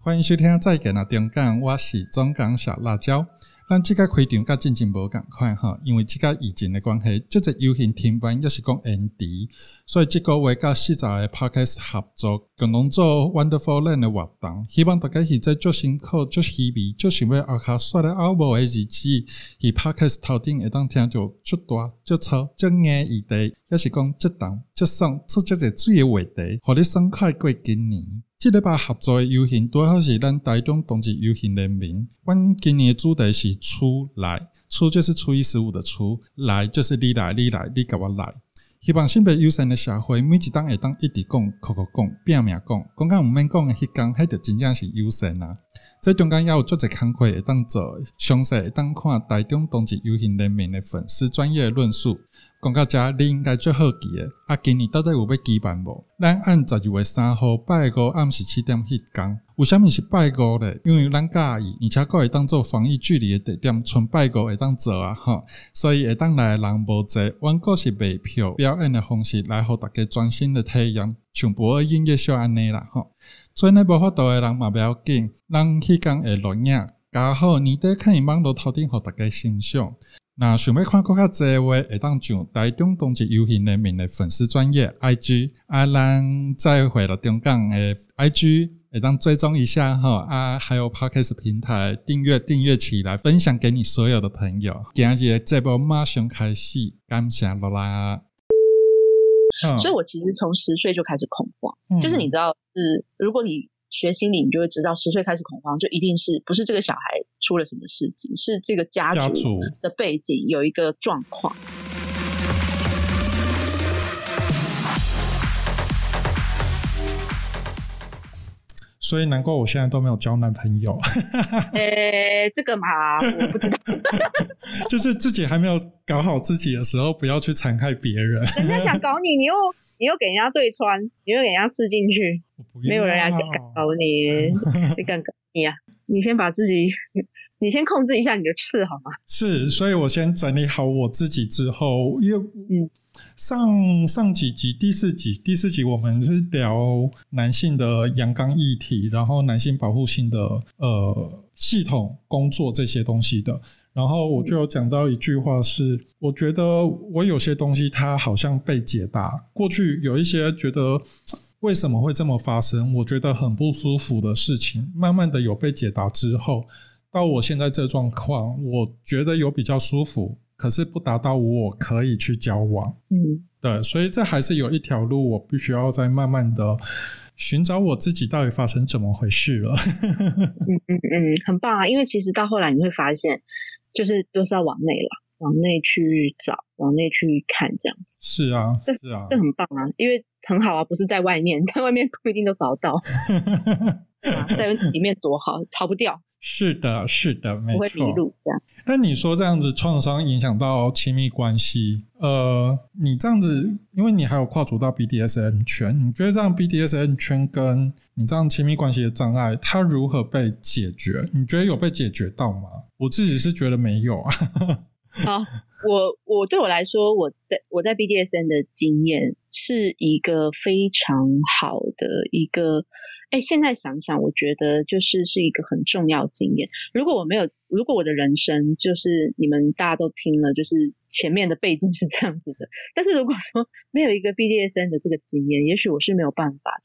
欢迎收听再见啦中港，我是中港小辣椒。咱这个开场甲进前无同款哈，因为这个疫情的关系，这个游行停办也是讲延迟，所以这个月甲40个 Podcast 合作，共同做 Wonderful Land 的活动，希望大家是在足辛苦、足稀微、足想要后脚刷咧后无的日子，伫 Podcast 头顶会当听到足大、足粗、足硬议题，也是讲足重、足爽、出足侪水的话题，互你爽快过今年。这礼拜合作的游行拄好是咱台中同志游行联名，阮今年的主题是出来，出就是初一十五的出，来就是你来你来你甲我来。希望性别友善的社会，每一档会当一直讲、口口讲、拼命讲，讲甲毋免讲的迄天，迄就真正是友善啊！这中间也有足侪工课会当做，详细会当看台中同志游行联名的粉丝专业的论述。讲到这，你应该最好奇的，今年到底有要举办无？咱按12月3号拜五暗时7点迄天，为什么是拜五咧？因为咱介意，而且还会当做防疫距离的地点，纯拜五会当做啊吼，所以会当来的人无济。阮阁是卖票表演的方式来互大家专心的体验，像博尔音乐秀安尼啦吼。做呢无法度的人嘛不要紧，咱迄天会录影，加好年底看伊网络头顶互大家欣赏。那想要看更较侪话，会当上台中同志游行联名的粉丝专页 IG， 咱再回到中港的 IG， 会当追踪一下哈还有 Podcast 平台订阅起来，分享给你所有的朋友。今日的节目马上开始，感谢啦。 所以我其实从10岁就开始恐慌，就是你知道，如果你学心理，你就会知道10岁开始恐慌，就一定是不是这个小孩出了什么事情，是这个家族的背景有一个状况。 所以难怪我现在都没有交男朋友。 这个嘛，我不知道。 就是自己还没有搞好自己的时候，不要去残害别人。 人家想搞你，你又给人家对穿，你又给人家刺进去，没有人来搞你，谁敢搞你啊？你先把自己，你先控制一下你的刺好吗？ 是，所以我先整理好我自己之后，因为上几集第四集我们是聊男性的阳刚议题，然后男性保护性的系统工作这些东西的。然后我就有讲到一句话是，我觉得我有些东西它好像被解答，过去有一些觉得为什么会这么发生，我觉得很不舒服的事情，慢慢的有被解答之后，到我现在这状况，我觉得有比较舒服，可是不达到我可以去交往。对，所以这还是有一条路，我必须要再慢慢的寻找我自己到底发生怎么回事了。 很棒啊，因为其实到后来你会发现，就是都是要往内啦，往内去找，往内去看这样子。 是啊， 这很棒啊，因为很好啊，不是在外面，在外面不一定都找到。在里面多好，逃不掉。 是的，没错， 不会迷路这样。 但你说这样子创伤影响到亲密关系，你这样子，因为你还有跨足到 BDSM 圈，你觉得这样 BDSM 圈跟你这样亲密关系的障碍，它如何被解决？你觉得有被解决到吗？我自己是觉得没有啊。 好，我对我来说，我在 BDSM 的经验是一个非常好的一个。现在想想，我觉得是一个很重要的经验。如果我的人生就是你们大家都听了，就是前面的背景是这样子的，但是如果说没有一个 BDSM 的这个经验，也许我是没有办法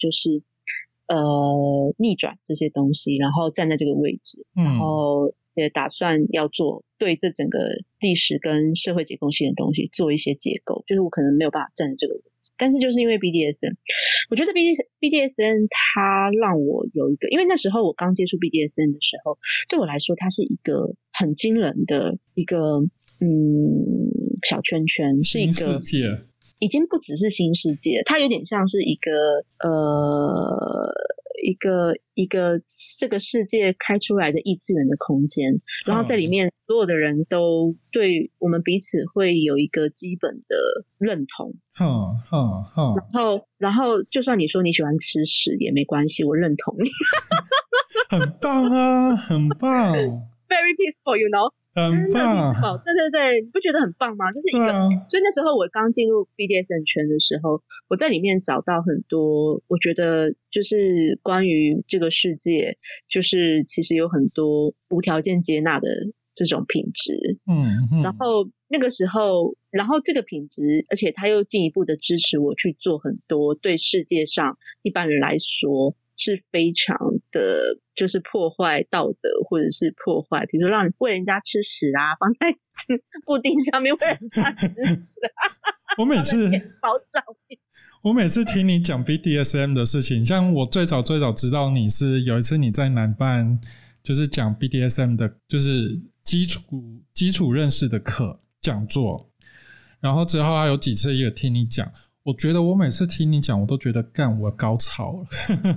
逆转这些东西，然后站在这个位置，然后也打算要对这整个历史跟社会结构性的东西做一些结构，就是我可能没有办法站在这个位置。但是就是因为 BDSM， 我觉得 BDSM 它让我有一个，因为那时候我刚接触 BDSM 的时候，对我来说它是一个很惊人的一个小圈圈，是一个新世界， 已经不只是新世界，它有点像是一个这个世界开出来的异次元的空间，然后在里面所有的人都对我们彼此会有一个基本的认同。然后就算你说你喜欢吃屎也没关系，我认同你。 很棒啊，很棒。 Very peaceful, you know。 很棒， 对对对，你不觉得很棒吗？就是一个，所以那时候我刚进入 BDSM 圈的时候，我在里面找到很多，我觉得就是关于这个世界，就是其实有很多无条件接纳的这种品质，然后那个时候，然后这个品质，而且他又进一步的支持我去做很多对世界上一般人来说是非常的，就是破坏道德，或者是破坏，比如说让你喂人家吃屎啊，放在布丁上面喂人家吃屎我每次包上面。 我每次听你讲 BDSM 的事情，像我最早知道你是有一次你在南办就是讲 BDSM 的，就是基础认识的课讲座，然后之后还有几次也有听你讲，我觉得我每次听你讲我都觉得干我高潮了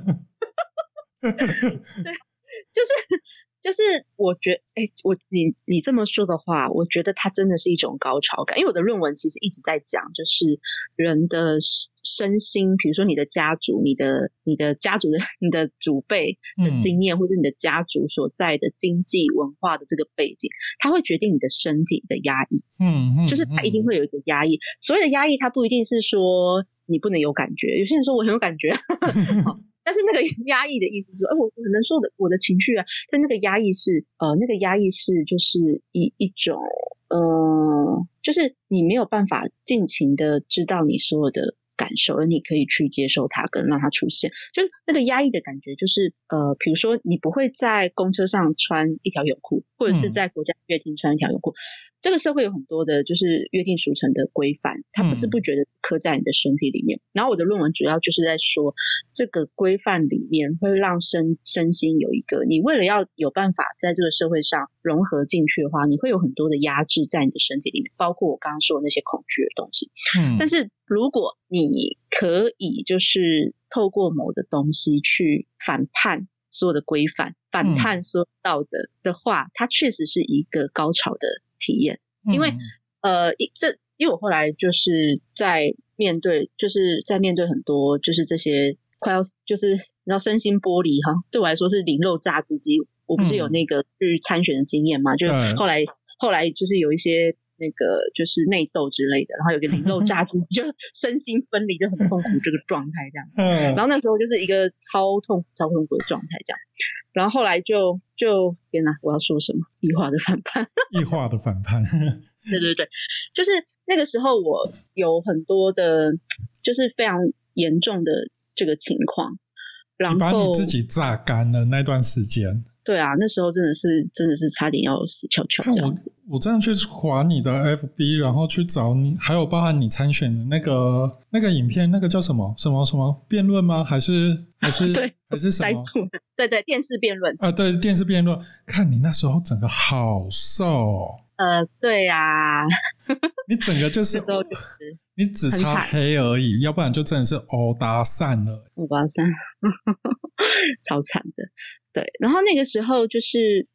对，就是我觉得你这么说的话，我觉得它真的是一种高潮感，因为我的论文其实一直在讲就是人的身心，比如说你的家族，你的家族的你的祖辈的经验，或者你的家族所在的经济文化的这个背景，它会决定你的身体的压抑，就是它一定会有一个压抑。所谓的压抑，它不一定是说你不能有感觉，有些人说我很有感觉但是那个压抑的意思是说，我可能说我的情绪啊，但那个压抑是就是一种就是你没有办法尽情的知道你所有的感受，而你可以去接受它跟让它出现，就是那个压抑的感觉，就是比如说你不会在公车上穿一条泳裤，或者是在国家乐厅穿一条泳裤。这个社会有很多的就是约定俗成的规范，它不知不觉的刻在你的身体里面。然后我的论文主要就是在说，这个规范里面会让身心有一个，你为了要有办法在这个社会上融合进去的话，你会有很多的压制在你的身体里面，包括我刚刚说的那些恐惧的东西。但是如果你可以就是透过某个东西去反叛所有的规范，反叛所有道德的话，它确实是一个高潮的体验。因为因为我后来就是在面对很多就是这些快要就是你知道身心剥离哈，对我来说是零肉榨汁机。我不是有那个去参选的经验嘛，就后来就是有一些那个就是内斗之类的，然后有个零肉榨汁机，就身心分离就很痛苦这个状态这样。然后那时候就是一个超痛苦的状态这样。然后后来就天哪，我要说什么？异化的反叛对对对，就是那个时候我有很多的就是非常严重的这个情况，然后你把你自己榨干了那段时间。 对啊，那时候真的是差点要死翘翘这样子。 我这样去滑你的 FB， 然后去找你，还有包含你参选的那个影片，那个叫什么辩论吗？还是对， 还是什么？ 对对，电视辩论啊，对，电视辩论。看你那时候整个好瘦。 对啊， 你整个就是你只差黑而已，要不然就真的是欧达散了。 欧巴散，超惨的。对，然后那个时候就是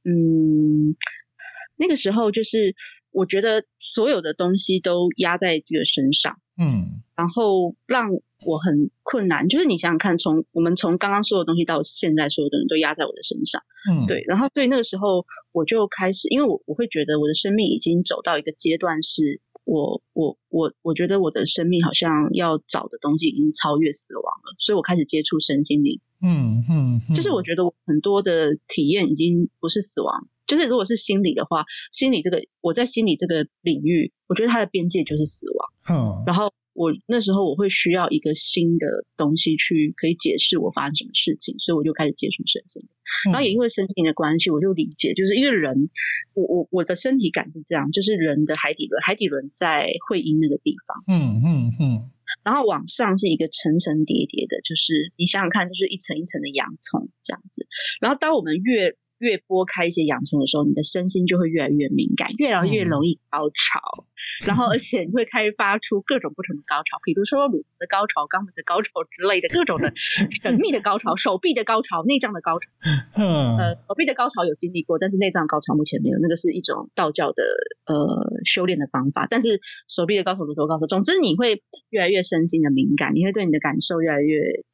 我觉得所有的东西都压在这个身上，然后让我很困难。就是你想想看，我们从刚刚所有东西到现在所有的人都压在我的身上，对。然后对那个时候我就开始，因为我会觉得我的生命已经走到一个阶段，是我觉得我的生命好像要找的东西已经超越死亡了，所以我开始接触身心灵。就是我觉得我很多的体验已经不是死亡，就是如果是心理的话，我在心理这个领域，我觉得它的边界就是死亡。然后我那时候我会需要一个新的东西去可以解释我发生什么事情，所以我就开始接触身心灵。然后也因为身心灵的关系，我就理解，就是因为人，我的身体感是这样，就是人的海底轮在会阴那个地方。然后往上是一个层层叠叠的，就是你想想看，就是一层一层的洋葱这样子。然后当我们越剥开一些洋葱的时候，你的身心就会越来越敏感，越来越容易高潮。然后而且你会开发出各种不同的高潮，比如说乳的高潮、肛门的高潮之类的各种的神秘的高潮，手臂的高潮、内脏的高潮。手臂的高潮有经历过，但是内脏高潮目前没有，那个是一种道教的修炼的方法。但是手臂的高潮、乳头高潮，总之你会越来越身心的敏感，你会对你的感受越来越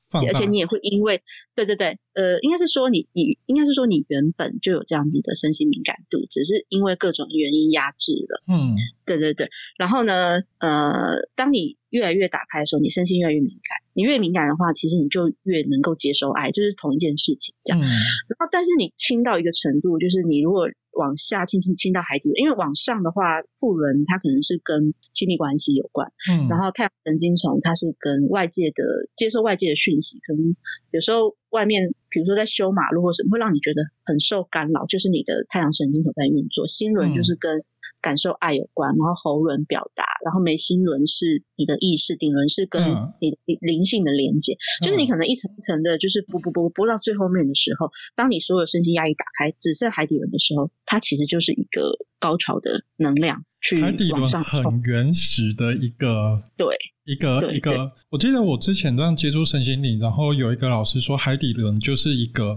而且你也会因为对，应该是说你原本就有这样子的身心敏感度，只是因为各种原因压制了。对。然后呢，当你越来越打开的时候，你身心越来越敏感。你越敏感的话，其实你就越能够接受爱，就是同一件事情这样。然后，但是你轻到一个程度，就是你如果往下轻到海底轮，因为往上的话，腹轮它可能是跟亲密关系有关，然后太阳神经丛它是跟接受外界的讯息，可能有时候外面比如说在修马路或什么会让你觉得很受干扰，就是你的太阳神经丛在运作。心轮就是跟感受爱有关，然后喉轮表达，然后眉心轮是你的意识，顶轮是跟你灵性的连接，就是你可能一层一层的就是播到最后面的时候，当你所有身心压抑打开只剩海底轮的时候，它其实就是一个高潮的能量去往上。海底轮很原始的一个一个我记得我之前这样接触身心灵，然后有一个老师说海底轮就是一个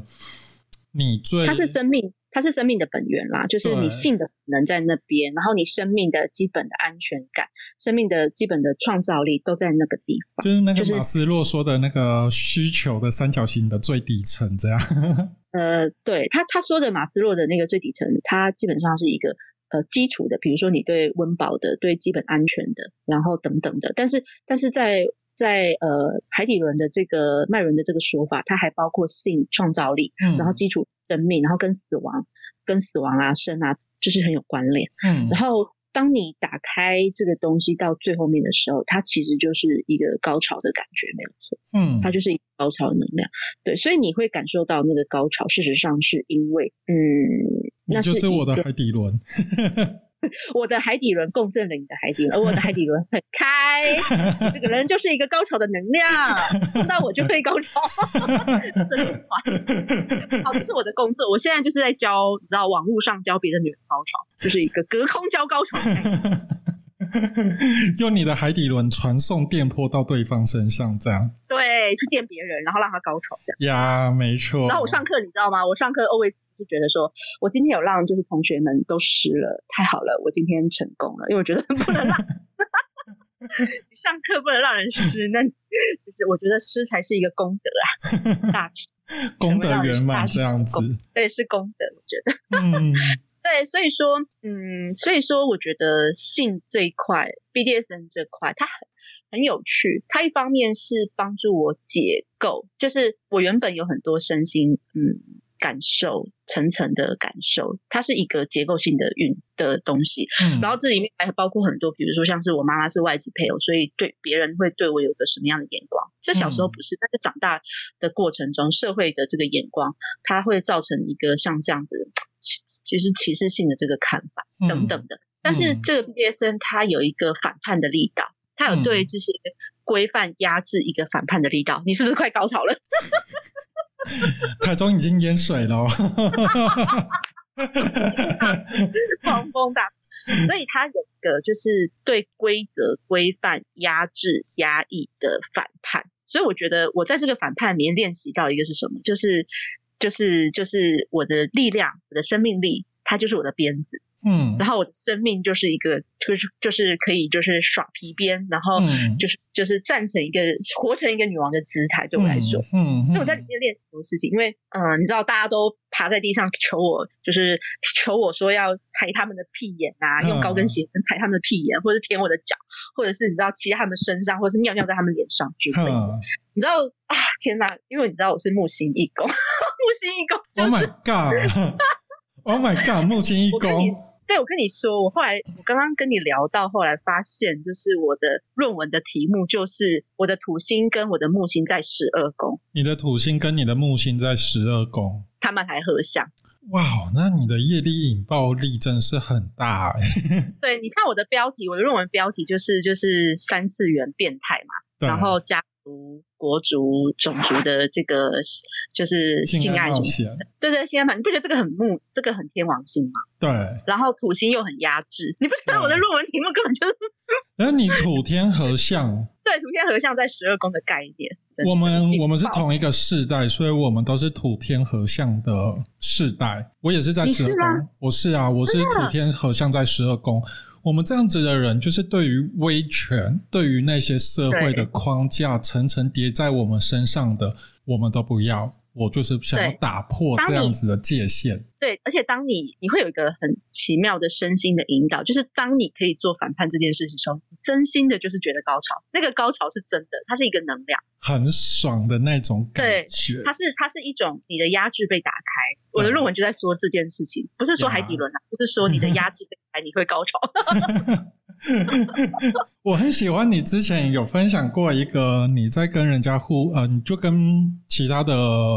它是生命的本源啦，就是你性的本能在那边，然后你生命的基本的安全感，生命的基本的创造力都在那个地方，就是那个马斯洛说的那个需求的三角形的最底层这样。 对，他说的马斯洛的那个最底层，它基本上是一个基础的，比如说你对温饱的，对基本安全的，然后等等的，但是在海底轮的这个脉轮的这个说法，它还包括性创造力，然后基础生命，然后跟死亡啊生啊就是很有关联。然后当你打开这个东西到最后面的时候，它其实就是一个高潮的感觉，没有错。它就是一个高潮的能量。对，所以你会感受到那个高潮，事实上是因为那就是我的海底轮。 我的海底轮共振了你的海底轮，而我的海底轮很开，这个人就是一个高潮的能量，碰到我就会高潮。好，这是我的工作，我现在就是在教，你知道网络上教别的女人高潮，就是一个隔空教高潮的概念。 用你的海底轮传送电波到对方身上，这样对，去电别人，然后让他高潮，这样呀，没错。 然后我上课你知道吗？我上课 always就觉得说我今天有让就是同学们都湿了，太好了，我今天成功了，因为我觉得不能让你上课不能让人湿，那就是我觉得湿才是一个功德啊，大功德圆满这样子， 对，是功德，我觉得。对，所以说我觉得性这一块 BDSM 这块它很有趣，它一方面是帮助我解构，就是我原本有很多身心感受，层层的感受，它是一个结构性的东西。然后这里面还包括很多，比如说像是我妈妈是外籍配偶，所以对别人会对我有个什么样的眼光，这小时候不是，但是长大的过程中社会的这个眼光，它会造成一个像这样子其实歧视性的这个看法等等的。但是这个 BDSM 它有一个反叛的力道，它有对这些规范压制一个反叛的力道。你是不是快高潮了？ 台中已经淹水了。 狂风大，所以它有一个就是对规则规范压制压抑的反叛。所以我觉得我在这个反叛里面练习到一个是什么，就是我的力量，我的生命力，它就是我的鞭子。然后我的生命就是一个就是可以就是耍皮鞭，然后就是活成一个女王的姿态，对我来说。所以我在里面练很多事情，因为你知道大家都趴在地上求我说要踩他们的屁眼啊，用高跟鞋踩他们的屁眼，或者是舔我的脚，或者是你知道骑在他们身上，或者是尿尿在他们脸上之类的。你知道啊，天哪，因为你知道我是木星一宫。木星一宫 ，Oh my god Oh my god 木星一宫。 对，我跟你说，我刚刚跟你聊到后来发现，就是我的论文的题目就是我的土星跟我的木星在12宫。 你的土星跟你的木星在12宫， 他们还合相。 哇，那你的业力引爆力真是很大对，你看我的标题，我的论文标题就是3次元变态嘛，然后家族、国族、种族的这个就是性爱什么的。对，性爱嘛，你不觉得这个很天王星吗？ 对。 然后土星又很压制，你不觉得我的论文题目根本就是？ 而你土天合相。 对，土天合相在12宫的概念。 我们是同一个世代，所以我们都是土天合相的世代。我也是在12宫。我是啊，我是土天合相在12宫。 我们这样子的人就是对于威权，对于那些社会的框架层层叠在我们身上的，我们都不要，我就是想要打破这样子的界限。 对，而且当你会有一个很奇妙的身心的引导，就是当你可以做反叛这件事情的时候，真心的就是觉得高潮，那个高潮是真的，它是一个能量， 很爽的那种感觉。 对，它是一种你的压制被打开。我的论文就在说这件事情，不是说海底轮啊，不是说你的压制被打开你会高潮。 我很喜欢你之前有分享过一个你在跟人家你就跟其他的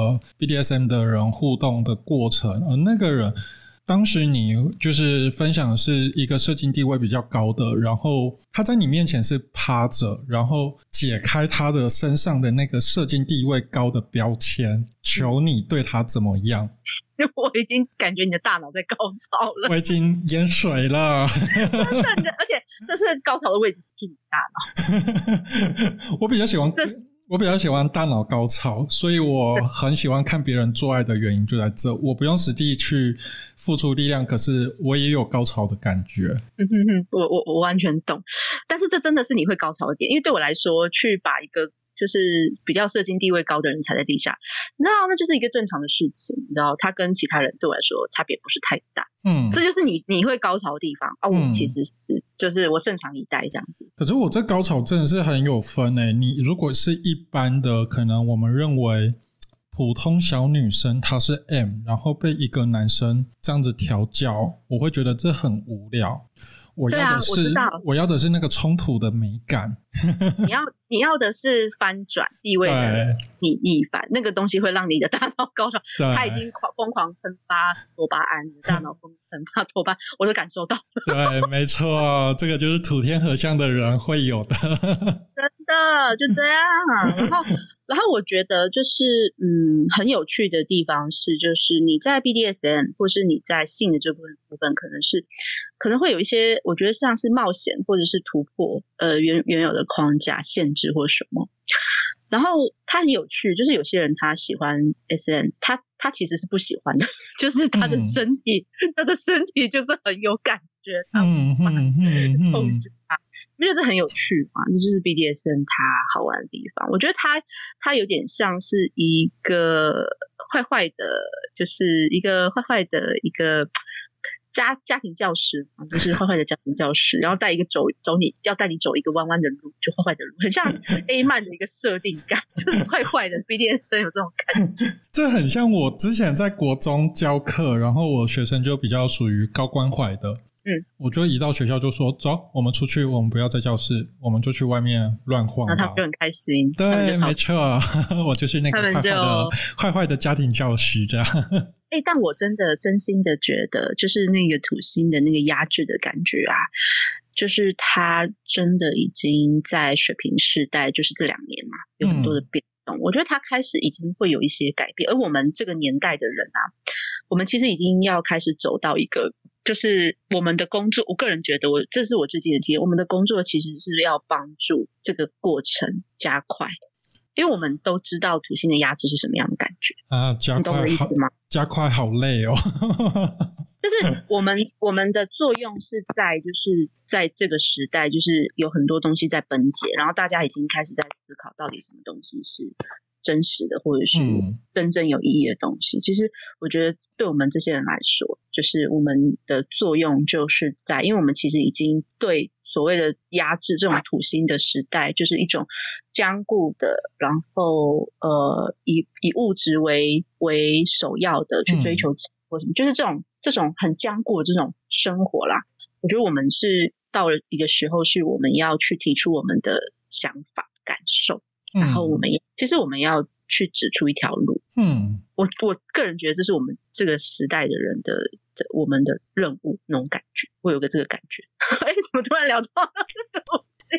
BDSM 的人互动的过程，那个人当时你就是分享的是一个社经地位比较高的，然后他在你面前是趴着，然后解开他的身上的那个社经地位高的标签，求你对他怎么样。 我已经感觉你的大脑在高潮了， 我已经淹水了。 真的，而且这是高潮的位置是你大脑。 我比较喜欢大脑高潮，所以我很喜欢看别人做爱的原因就在这，我不用实地去付出力量，可是我也有高潮的感觉。 我完全懂，但是这真的是你会高潮的点，因为对我来说，去把一个就是比较社经地位高的人踩在地下，那就是一个正常的事情，你知道，他跟其他人对我来说差别不是太大。这就是你会高潮的地方啊。我其实是就是我正常以待这样子。 可是我这高潮真的是很有分欸，你如果是一般的，可能我们认为普通小女生她是 M， 然后被一个男生这样子调教，我会觉得这很无聊。我要的是那个冲突的美感。 你要的是翻转地位的逆反，那个东西会让你的大脑高潮。它已经疯狂喷发多巴胺，你的大脑喷发多巴胺，我都感受到了。 对，没错，这个就是土天合相的人会有的。 真的就这样。然后我觉得就是很有趣的地方是，就是你在 BDSM 或是你在性的这部分可能会有一些我觉得像是冒险或者是突破原有的框架限制或什么。然后它很有趣，就是有些人他喜欢 SM， 他其实是不喜欢的，就是他的身体就是很有感觉，他无法控制他。我觉得这很有趣嘛，这就是 BDSM 它好玩的地方。我觉得它有点像是一个坏坏的，就是一个坏坏的一个家庭教师，就是坏坏的家庭教师，然后带你要带你走一个弯弯的路，就坏坏的路，很像 A 漫的一个设定感，就是坏坏的 BDSM 有这种感觉。 这很像我之前在国中教课，然后我学生就比较属于高关怀的。我就一到学校就说走，我们出去，我们不要在教室，我们就去外面乱晃。 然后他们就很开心。 对，没错，我就是那个坏坏的家庭教师这样。 但我真心的觉得，就是那个土星的那个压制的感觉啊，就是它真的已经在水瓶世代，就是这2年嘛，有很多的变动。我觉得它开始已经会有一些改变，而我们这个年代的人啊，我们其实已经要开始走到一个，就是我们的工作，我个人觉得这是我最近的体验，我们的工作其实是要帮助这个过程加快。因为我们都知道土星的压制是什么样的感觉啊， 你懂我的意思吗？加快好累哦。 就是我们的作用是就是在这个时代，就是有很多东西在崩解，然后大家已经开始在思考到底什么东西是真实的，或者是真正有意义的东西。其实我觉得对我们这些人来说，就是我们的作用就是因为我们其实已经对所谓的压制这种土星的时代，就是一种僵固的，然后以物质为首要的去追求或什么，就是这种很僵固的这种生活啦。我觉得我们是到了一个时候，是我们要去提出我们的想法感受，然后其实我们要去指出一条路。我个人觉得这是我们这个时代的人的我们的任务，那种感觉，我有个这个感觉。怎么突然聊到这个东西？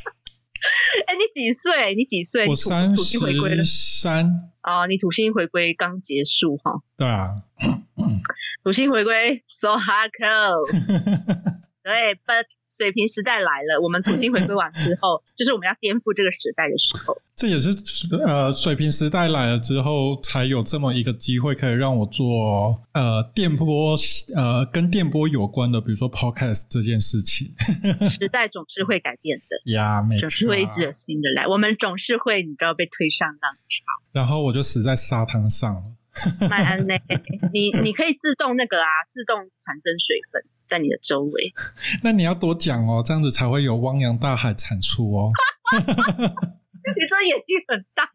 你几岁？ 我33。 你土星回归刚结束哈？ 对啊。土星回归 so hardcore。对 ，but 水瓶时代来了，我们土星回归完之后就是我们要颠覆这个时代的时候。 这也是水瓶时代来了之后才有这么一个机会可以让我做电波跟电波有关的，比如说 podcast 这件事情。 时代总是会改变的呀，没错， 总是会一直有新的来，我们总是会你知道被推上浪潮， 然后我就死在沙滩上了。 麦安内，你可以自动那个自动产生水分在你的周围。 那你要多讲哦，这样子才会有汪洋大海产出哦。 你这野心很大，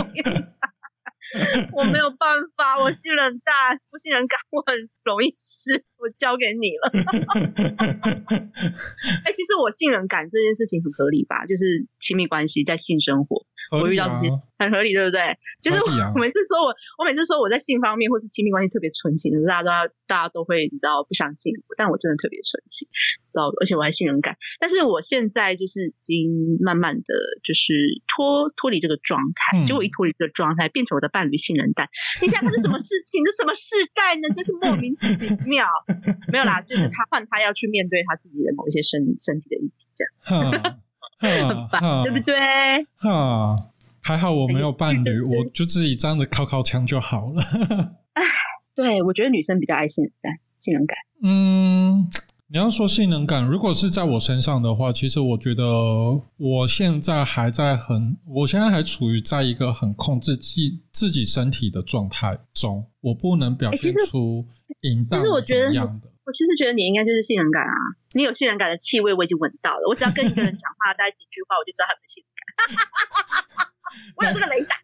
我没有办法，我性很大，不信任感我很容易湿，我交给你了。其实我信任感这件事情很合理吧，就是亲密关系在性生活，我遇到这些很合理，对不对？就是我每次说我在性方面或是亲密关系特别纯情，大家都会你知道不相信我，但我真的特别纯情，知道，而且我还信任感。但是我现在就是已经慢慢的就是脱离这个状态，结果一脱离这个状态，变成我的伴侣信任感。你想这是什么事情？这什么世代呢？真是莫名其妙。没有啦，就是他要去面对他自己的某一些身体的议题，这样。很烦，对不对？ 还好我没有伴侣，我就自己这样子靠枪就好了。 对，我觉得女生比较爱信任感。 你要说信任感，如果是在我身上的话，其实我觉得我现在还处于在一个很控制自己身体的状态中，我不能表现出淫荡怎么样的。 我其实觉得你应该就是信任感啊，你有信任感的气味我已经闻到了，我只要跟一个人讲话大概几句话我就知道他有没有信任感。我有这个雷达，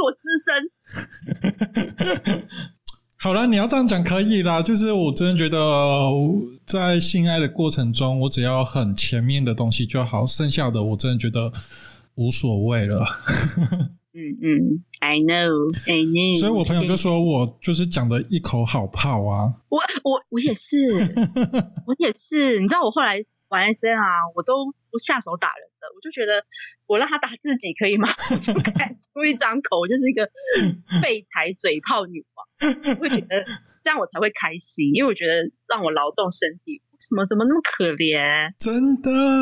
因为我资深。 好啦，你要这样讲可以啦，就是我真的觉得在性爱的过程中，我只要很前面的东西就好，剩下的我真的觉得无所谓了。 I know。 所以我朋友就说我就是讲的一口好炮啊。 我也是，我也是。你知道我后来玩 SM 我都不下手打人的，我就觉得我让他打自己可以吗？我不敢出一张口，我就是一个废柴嘴炮女王。我会觉得这样我才会开心，因为我觉得让我劳动身体，怎么那么可怜？ 真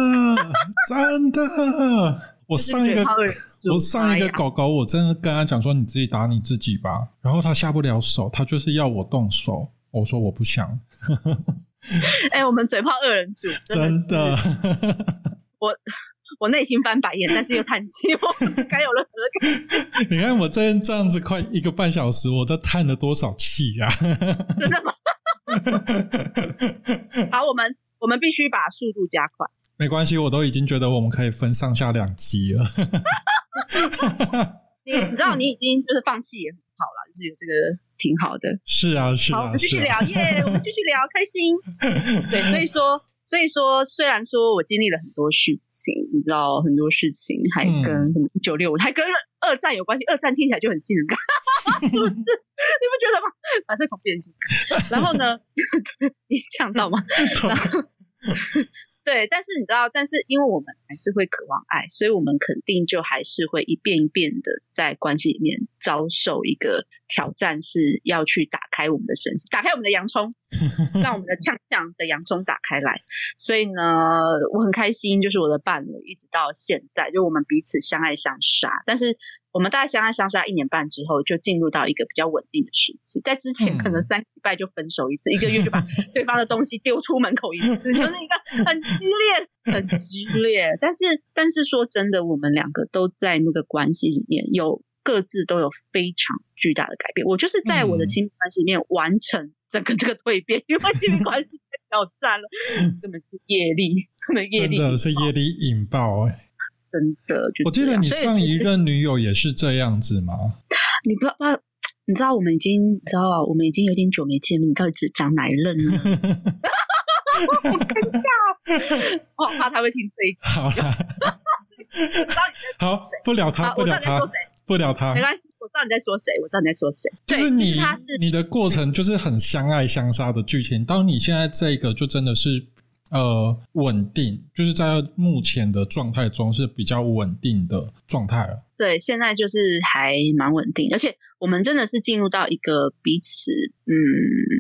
的。我上一个狗狗，我真的跟他讲说你自己打你自己吧，然后他下不了手，他就是要我动手，我说我不想。 我们嘴炮2人组， 真的。 我内心翻白眼，但是又叹气，我该有任何的感觉。 你看我这样子快1个半小时，我在叹了多少气啊？ 真的吗？好，我们必须把速度加快。 没关系，我都已经觉得我们可以分上下2集了。你知道你已经就是放弃也很好啦，就是有这个挺好的。 是啊。 好，我们继续聊耶，我们继续聊，开心。对，所以说虽然说我经历了很多事情，你知道很多事情还跟什么1965还跟二战有关系，二战听起来就很信任感。是不是？你不觉得吗？反正恐怖情感。然后呢你呛到吗？然后对，但是你知道，因为我们还是会渴望爱，所以我们肯定就还是会一遍一遍的在关系里面遭受一个挑战，是要去打开我们的身体，打开我们的洋葱，让我们的呛的洋葱打开来。所以呢，我很开心，就是我的伴侣一直到现在，就我们彼此相爱相杀，但是我们大概相爱相杀1年半之后，就进入到一个比较稳定的时期。在之前可能3个礼拜就分手一次，1个月就把对方的东西丢出门口一次，就是一个很激烈。但是说真的，我们2个都在那个关系里面各自都有非常巨大的改变。我就是在我的亲密关系里面完成整个这个蜕变，因为亲密关系太挑战了，根本是业力，真的是业力引爆真的， 我记得你上一任女友也是这样子吗？ 你知道我们已经有点久没见面，你到底只讲哪一任呢？我尴尬，我好怕他会听这一集。 好啦，好，不聊他， 没关系，我知道你在说谁， 就是你的过程就是很相爱相杀的剧情，到你现在这个就真的是稳定，就是在目前的状态中是比较稳定的状态了。 对，现在就是还蛮稳定，而且我们真的是进入到一个彼此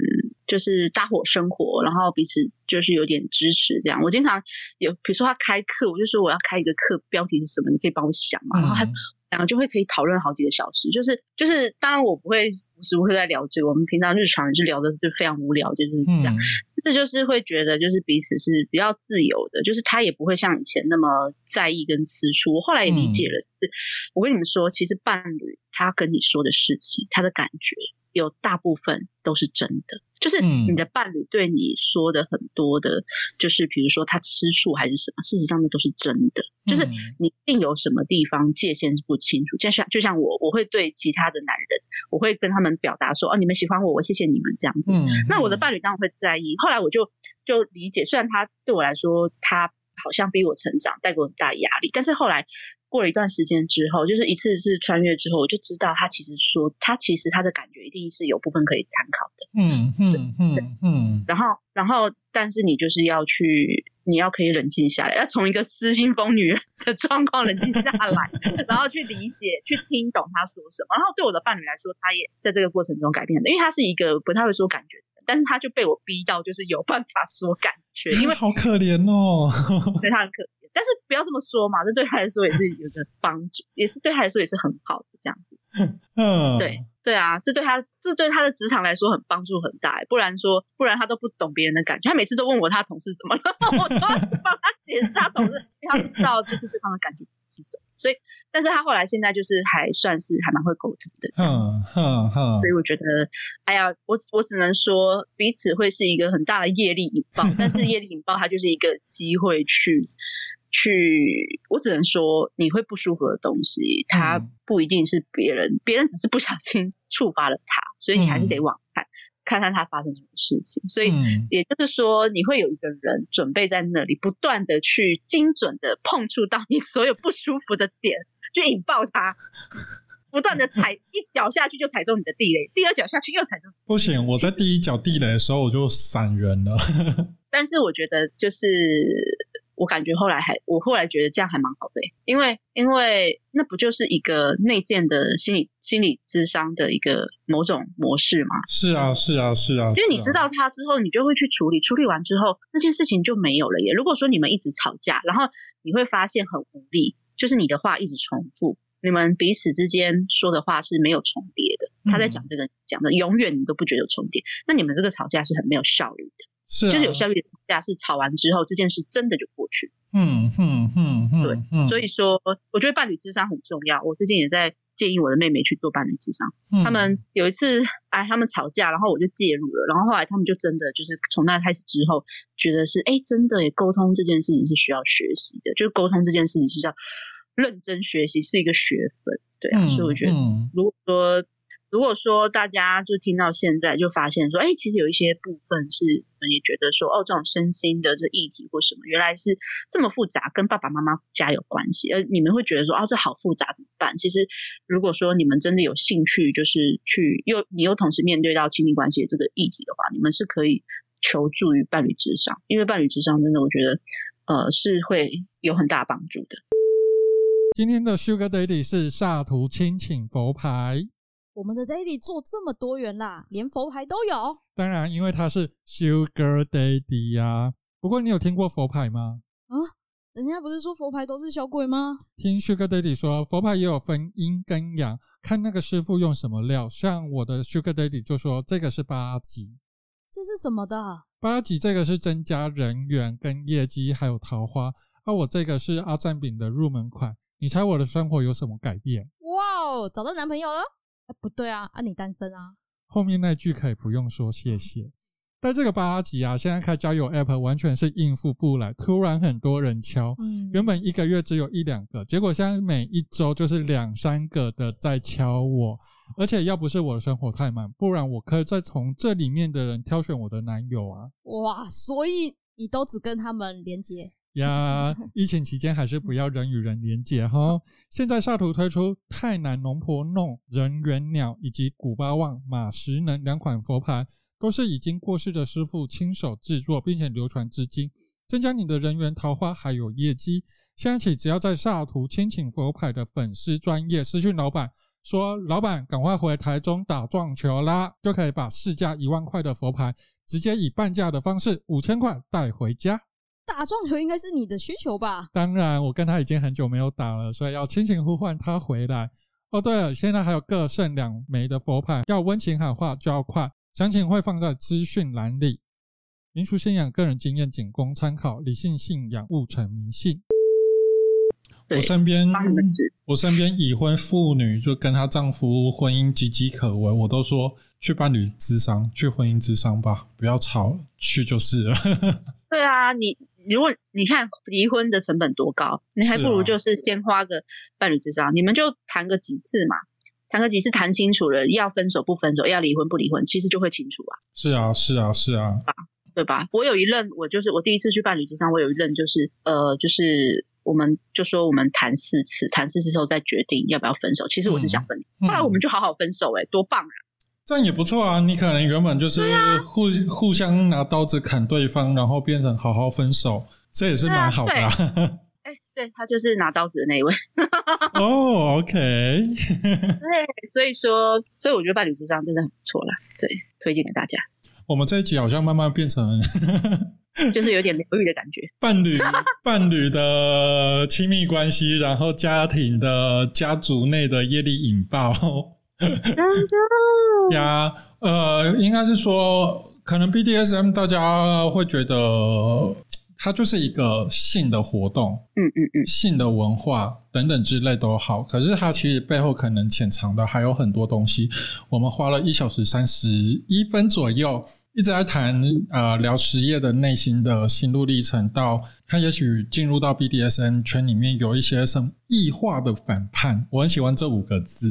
就是搭伙生活，然后彼此就是有点支持这样。我经常有，比如说他开课，我就说我要开一个课，标题是什么，你可以帮我想嘛。然后他两个就会可以讨论好几个小时。就是当然我不会无时无刻在聊这个，我们平常日常是聊的就非常无聊，就是这样。这就是会觉得就是彼此是比较自由的，就是他也不会像以前那么在意跟吃醋。我后来也理解了，就是我跟你们说，其实伴侣他跟你说的事情，他的感觉有大部分都是真的，就是你的伴侣对你说的很多的，就是比如说他吃醋还是什么，事实上那都是真的，就是你一定有什么地方界限是不清楚。就像我会对其他的男人，我会跟他们表达说，你们喜欢我，我谢谢你们这样子。那我的伴侣当然会在意。后来我就理解，虽然他对我来说，他好像逼我成长，带给我很大压力，但是后来过了一段时间之后，就是一次次穿越之后，我就知道他其实他的感觉一定是有部分可以参考的。然后但是你就是你要可以冷静下来，要从一个失心疯女人的状况冷静下来，然后去理解去听懂他说什么。然后对我的伴侣来说，他也在这个过程中改变的，因为他是一个不太会说感觉的人，但是他就被我逼到就是有办法说感觉，因为好可怜哦。 对，他很可怜，但是不要这么说嘛，这对他来说也是有个帮助，也是对他来说也是很好的这样子。对啊，这对他的职场来说很帮助很大，不然他都不懂别人的感觉。他每次都问我他同事怎么了，我都要帮他解释他同事，因为他不知道就是对方的感觉是什么。所以，但是他后来现在就是还算是还蛮会沟通的这样子。所以我觉得，哎呀，我只能说彼此会是一个很大的业力引爆，但是业力引爆它就是一个机会去，我只能说你会不舒服的东西，它不一定是别人只是不小心触发了它，所以你还是得往看看它发生什么事情。所以也就是说，你会有一个人准备在那里，不断的去精准的碰触到你所有不舒服的点，去引爆它。不断的踩，一脚下去就踩中你的地雷，第二脚下去又踩中。 不行，我在第一脚地雷的时候我就闪人了。 但是我觉得就是我感觉我后来觉得这样还蛮好的，因为那不就是一个内建的心理咨商的一个某种模式吗？ 是啊。 因为你知道它之后，你就会去处理完之后，那件事情就没有了耶。如果说你们一直吵架，然后你会发现很无力，就是你的话一直重复，你们彼此之间说的话是没有重叠的，他在讲这个讲的永远你都不觉得有重叠，那你们这个吵架是很没有效率的。就是有效率的吵架是吵完之后这件事真的就过去。对，所以说我觉得伴侣諮商很重要。我最近也在建议我的妹妹去做伴侣諮商。他们有一次他们吵架，然后我就介入了，然后后来他们就真的就是从那开始之后觉得是真的耶，沟通这件事情是需要学习的，就是沟通这件事情是要认真学习，是一个学分。对啊，所以我觉得如果说大家就听到现在就发现说其实有一些部分是我们也觉得说这种身心的这议题或什么原来是这么复杂，跟爸爸妈妈家有关系，而你们会觉得说这好复杂怎么办？其实如果说你们真的有兴趣，就是你又同时面对到亲密关系的这个议题的话，你们是可以求助于伴侣諮商，因为伴侣諮商真的我觉得是会有很大帮助的。 今天的 Sugar Daddy 是萨图亲请佛牌。 我们的 Daddy 做这么多元啦，连佛牌都有。 当然因为他是 Sugar Daddy 啊。不过你有听过佛牌吗？ 人家不是说佛牌都是小鬼吗？ 听 Sugar Daddy 说佛牌也有分阴跟阳，看那个师傅用什么料。像我的 Sugar Daddy 就说这个是8级。 这是什么的 ？8级这个是增加人缘跟业绩还有桃花，我这个是阿赞饼的入门款。你猜我的生活有什么改变？ 哇，找到男朋友了？不对啊，你单身啊。 后面那句可以不用说谢谢。但这个8级现在开交友 app 完全是应付不来，突然很多人敲，原本1个月只有1-2个，结果现在每一周就是2-3个的在敲我，而且要不是我的生活太满，不然我可以再从这里面的人挑选我的男友啊。 哇，所以你都只跟他们连结呀，疫情期间还是不要人与人连结齁。现在萨图推出泰南龙婆弄、人猿鸟以及古巴旺马石能2款佛牌，都是已经过世的师傅亲手制作并且流传至今，增加你的人缘桃花还有业绩。现在起只要在萨图亲请佛牌的粉丝专页私讯老板说老板赶快回台中打撞球啦，就可以把市价1万块的佛牌直接以半价的方式5000块带回家。 打撞球应该是你的需求吧？ 当然我跟他已经很久没有打了，所以要亲情呼唤他回来。哦对了，现在还有各剩2枚的佛牌，要温情喊话就要快，详情会放在资讯栏里。民俗信仰个人经验仅供参考，理性信仰勿成迷信。我身边已婚妇女就跟她丈夫婚姻岌岌可危，我都说去伴侣咨商，去婚姻咨商吧，不要吵了，去就是了。 对啊，如果你看离婚的成本多高，你还不如就是先花个伴侣咨商，你们就谈个几次嘛，谈个几次谈清楚了，要分手不分手，要离婚不离婚，其实就会清楚啊。是啊，对吧？我有一任，我第一次去伴侣咨商，我有一任就是我们就说我们谈4次，谈4次之后再决定要不要分手。其实我是想分，后来我们就好好分手，多棒啊！ 这样也不错啊。你可能原本就是互相拿刀子砍对方，然后变成好好分手，这也是蛮好的啊。 对，他就是拿刀子的那一位。 哦，OK。 对，所以我觉得伴侣咨商真的很不错啦，对，推荐给大家。 我们这一集好像慢慢变成就是有点疗愈的感觉， 伴侣的亲密关系，然后家庭的家族内的业力引爆呀，应该是说可能 BDSM 大家会觉得它就是一个性的活动，性的文化等等之类都好，可是它其实背后可能潜藏的还有很多东西。我们花了1小时31分左右一直在谈聊实业的内心的心路历程，到他也许进入到 BDSM 圈里面有一些什么异化的反叛，我很喜欢这5个字。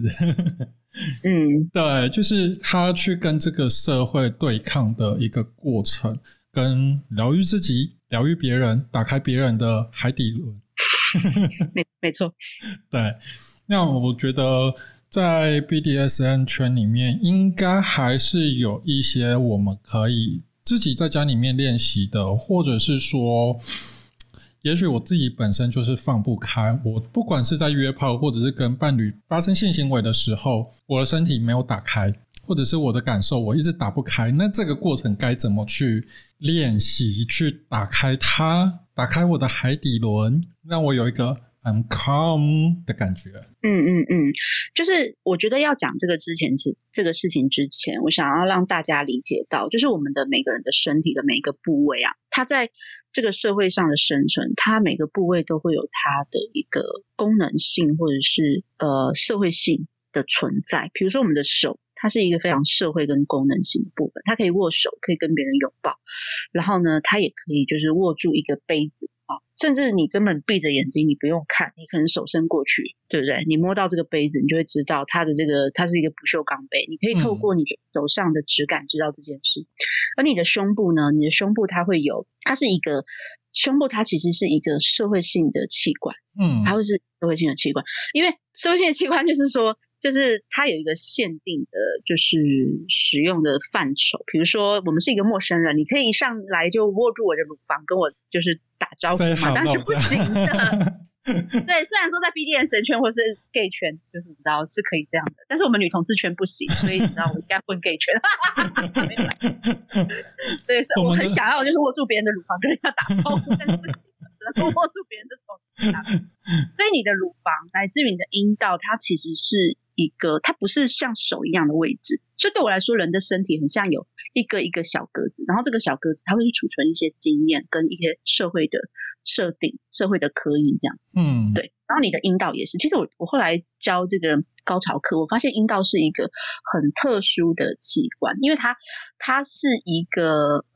对，就是他去跟这个社会对抗的一个过程，跟疗愈自己，疗愈别人，打开别人的海底轮。 没错。 对，那我觉得在 BDSM 圈里面应该还是有一些我们可以自己在家里面练习的，或者是说也许我自己本身就是放不开，我不管是在约炮或者是跟伴侣发生性行为的时候，我的身体没有打开，或者是我的感受我一直打不开，那这个过程该怎么去练习，去打开它，打开我的海底轮，让我有一个I'm calm 的感觉。 就是我觉得要讲这个事情之前，我想要让大家理解到，就是我们的每个人的身体的每一个部位啊，它在这个社会上的生存，它每个部位都会有它的一个功能性或者是社会性的存在。比如说我们的手，它是一个非常社会跟功能性的部分，它可以握手，可以跟别人拥抱，然后呢它也可以就是握住一个杯子啊，甚至你根本闭着眼睛，你不用看，你可能手伸过去，对不对？你摸到这个杯子，你就会知道它是一个不锈钢杯，你可以透过你手上的质感知道这件事。而你的胸部呢，你的胸部胸部它其实是一个社会性的器官，它会是社会性的器官，因为社会性的器官就是说就是它有一个限定的就是使用的范畴。比如说我们是一个陌生人，你可以一上来就握住我的乳房跟我就是打招呼嘛，当然是不行的。对，虽然说在 BDSM 圈或是 gay 圈就是你知道是可以这样的，但是我们女同志圈不行，所以你知道我应该混 gay 圈。没有对，所以我很想要就是握住别人的乳房跟人家打招呼，但是不行，只能握住别人的手。所以你的乳房乃至于你的阴道，它其实是它不是像手一样的位置，所以对我来说，人的身体很像有一个一个小格子，然后这个小格子它会去储存一些经验跟一些社会的设定、社会的刻印这样子。对。然后你的阴道也是，其实我后来教这个高潮课，我发现阴道是一个很特殊的器官，因为它是一个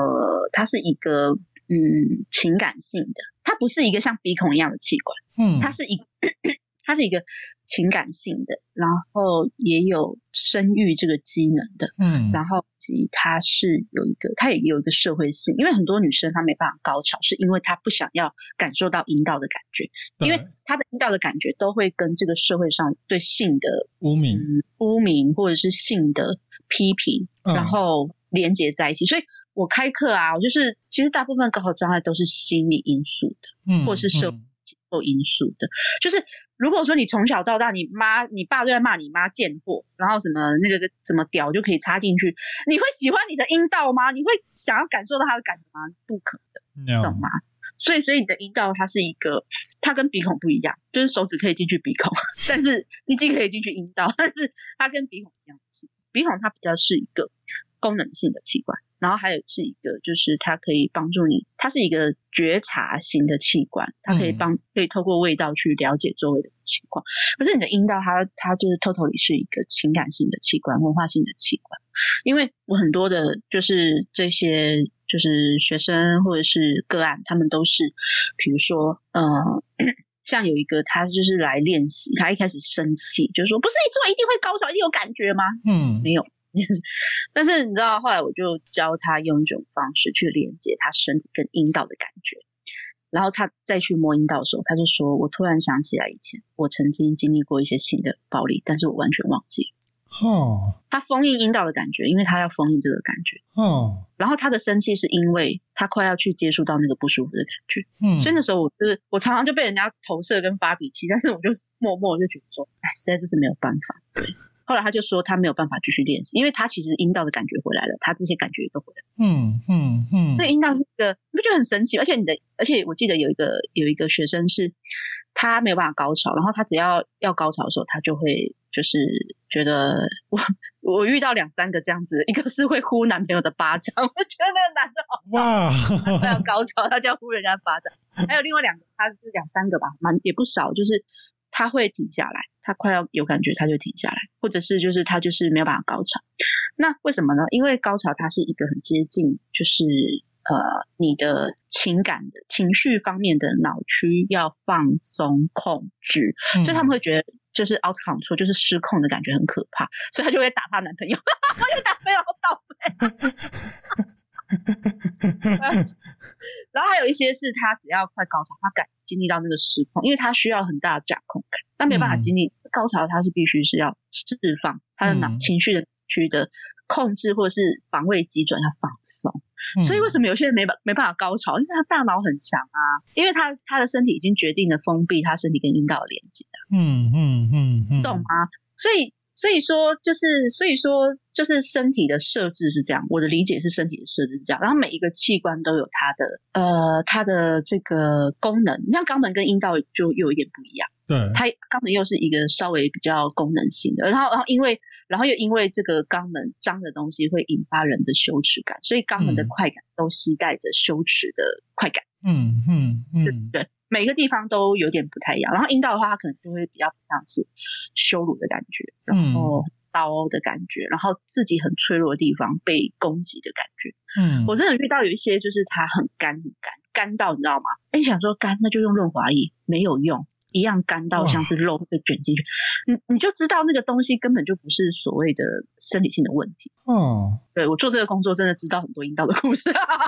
情感性的，它不是一个像鼻孔一样的器官，它是一个情感性的，然后也有生育这个机能的，然后它也有一个社会性，因为很多女生她没办法高潮，是因为她不想要感受到阴道的感觉，因为她的阴道的感觉都会跟这个社会上对性的污名或者是性的批评，然后连结在一起。所以我开课啊，就是其实大部分高潮障碍都是心理因素的，或者是社会结构因素的。就是如果说你从小到大你爸都在骂你妈贱货，然后什么那个什么屌就可以插进去，你会喜欢你的阴道吗？你会想要感受到它的感觉吗？不可能，懂吗？所以你的阴道它是一个，它跟鼻孔不一样，就是手指可以进去鼻孔，但是鸡鸡可以进去阴道，但是它跟鼻孔一样，鼻孔它比较是一个功能性的器官，然后还有是一个就是它可以帮助你，它是一个觉察型的器官，它可以透过味道去了解周围的情况。可是你的阴道它就是 totally 是一个情感性的器官，文化性的器官。因为我很多的就是这些就是学生或者是个案，他们都是比如说像有一个他就是来练习，他一开始生气就是说不是一做一定会高潮一定有感觉吗？没有。但是你知道后来我就教他用一种方式去连接他身体跟阴道的感觉，然后他再去摸阴道的时候，他就说我突然想起来以前我曾经经历过一些性的暴力，但是我完全忘记了。他封印阴道的感觉，因为他要封印这个感觉。然后他的生气是因为他快要去接触到那个不舒服的感觉。所以那时候我常常就被人家投射跟发脾气，但是我就默默就觉得说，哎，实在是没有办法。对，后来他就说他没有办法继续练习，因为他其实阴道的感觉回来了，他这些感觉也都回来了。所以阴道是一个，你不觉得很神奇？而且我记得有一个学生是他没有办法高潮，然后他只要高潮的时候，他就会就是觉得我遇到2-3个这样子，一个是会呼男朋友的巴掌，我觉得那个男的好哇，他要高潮他就要呼人家巴掌，还有另外2个，他是2-3个吧，也不少，就是他会停下来，他快要有感觉他就停下来，或者是就是他就是没有办法高潮。那为什么呢？因为高潮它是一个很接近就是你的情感的情绪方面的脑区要放松控制，所以他们会觉得就是 out control 就是失控的感觉很可怕，所以他就会打他男朋友我有男朋友好倒霉然后还有一些是他只要快高潮，他敢经历到那个失控，因为他需要很大的掌控感，他没有办法经历高潮，他是必须是要释放他的情绪的区的控制或者是防卫机转要放松。所以为什么有些人没办法高潮？因为他大脑很强啊，因为他的身体已经决定了封闭他身体跟阴道的连接懂吗？所以说就是身体的设置是这样，我的理解是身体的设置是这样，然后每一个器官都有它的这个功能。你像肛门跟阴道就又有一点不一样，对，它肛门又是一个稍微比较功能性的，然后又因为这个肛门脏的东西会引发人的羞耻感，所以肛门的快感都携带着羞耻的快感。对，每个地方都有点不太一样。然后阴道的话，它可能就会比较像是羞辱的感觉，然后刀的感觉，然后自己很脆弱的地方被攻击的感觉。我真的遇到有一些就是它很干到你知道吗？你想说干那就用润滑液，没有用，一样干到像是肉被卷进去，你就知道那个东西根本就不是所谓的生理性的问题。对，我做这个工作真的知道很多阴道的故事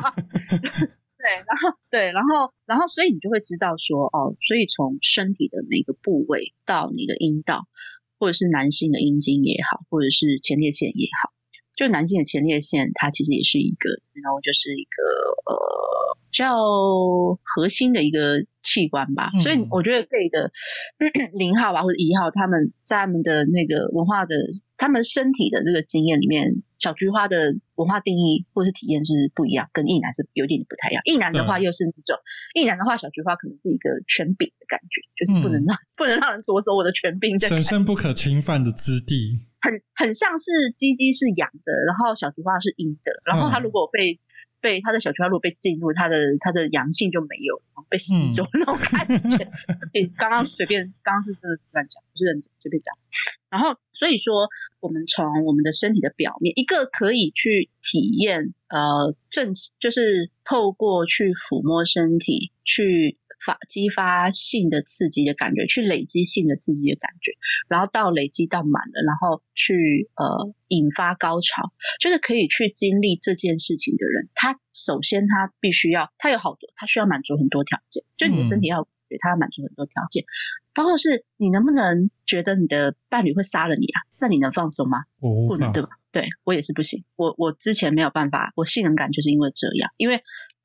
然后所以你就会知道说所以从身体的每个部位到你的阴道，或者是男性的阴茎也好，或者是前列腺也好，就男性的前列腺它其实也是一个就是一个比较核心的一个器官吧。所以我觉得 gay 的0号吧或者1号，他们在他们的那个文化的他们身体的这个经验里面，小菊花的文化定义或是体验是不一样，跟异男是有点不太一样。异男的话又是那种异男的话，小菊花可能是一个权柄的感觉，就是不能让人夺走我的权柄， 神圣不可侵犯的之地， 很像是鸡鸡是阳的，然后小菊花是阴的，然后他如果被他的小菊花如果被进入，他的阳性就没有了，被吸走那种感觉。刚刚是真的乱讲，不是认真随便讲。然后所以说我们从我们的身体的表面，一个可以去体验就是透过去抚摸身体去激发性的刺激的感觉，去累积性的刺激的感觉，然后到累积到满了，然后去引发高潮，就是可以去经历这件事情的人，他首先他必须要他有好多，他需要满足很多条件，就你的身体要他要满足很多条件，包括是你能不能觉得你的伴侣会杀了你啊？那你能放松吗？不能，对吧？对，我也是不行，我之前没有办法，我性能感就是因为这样，因为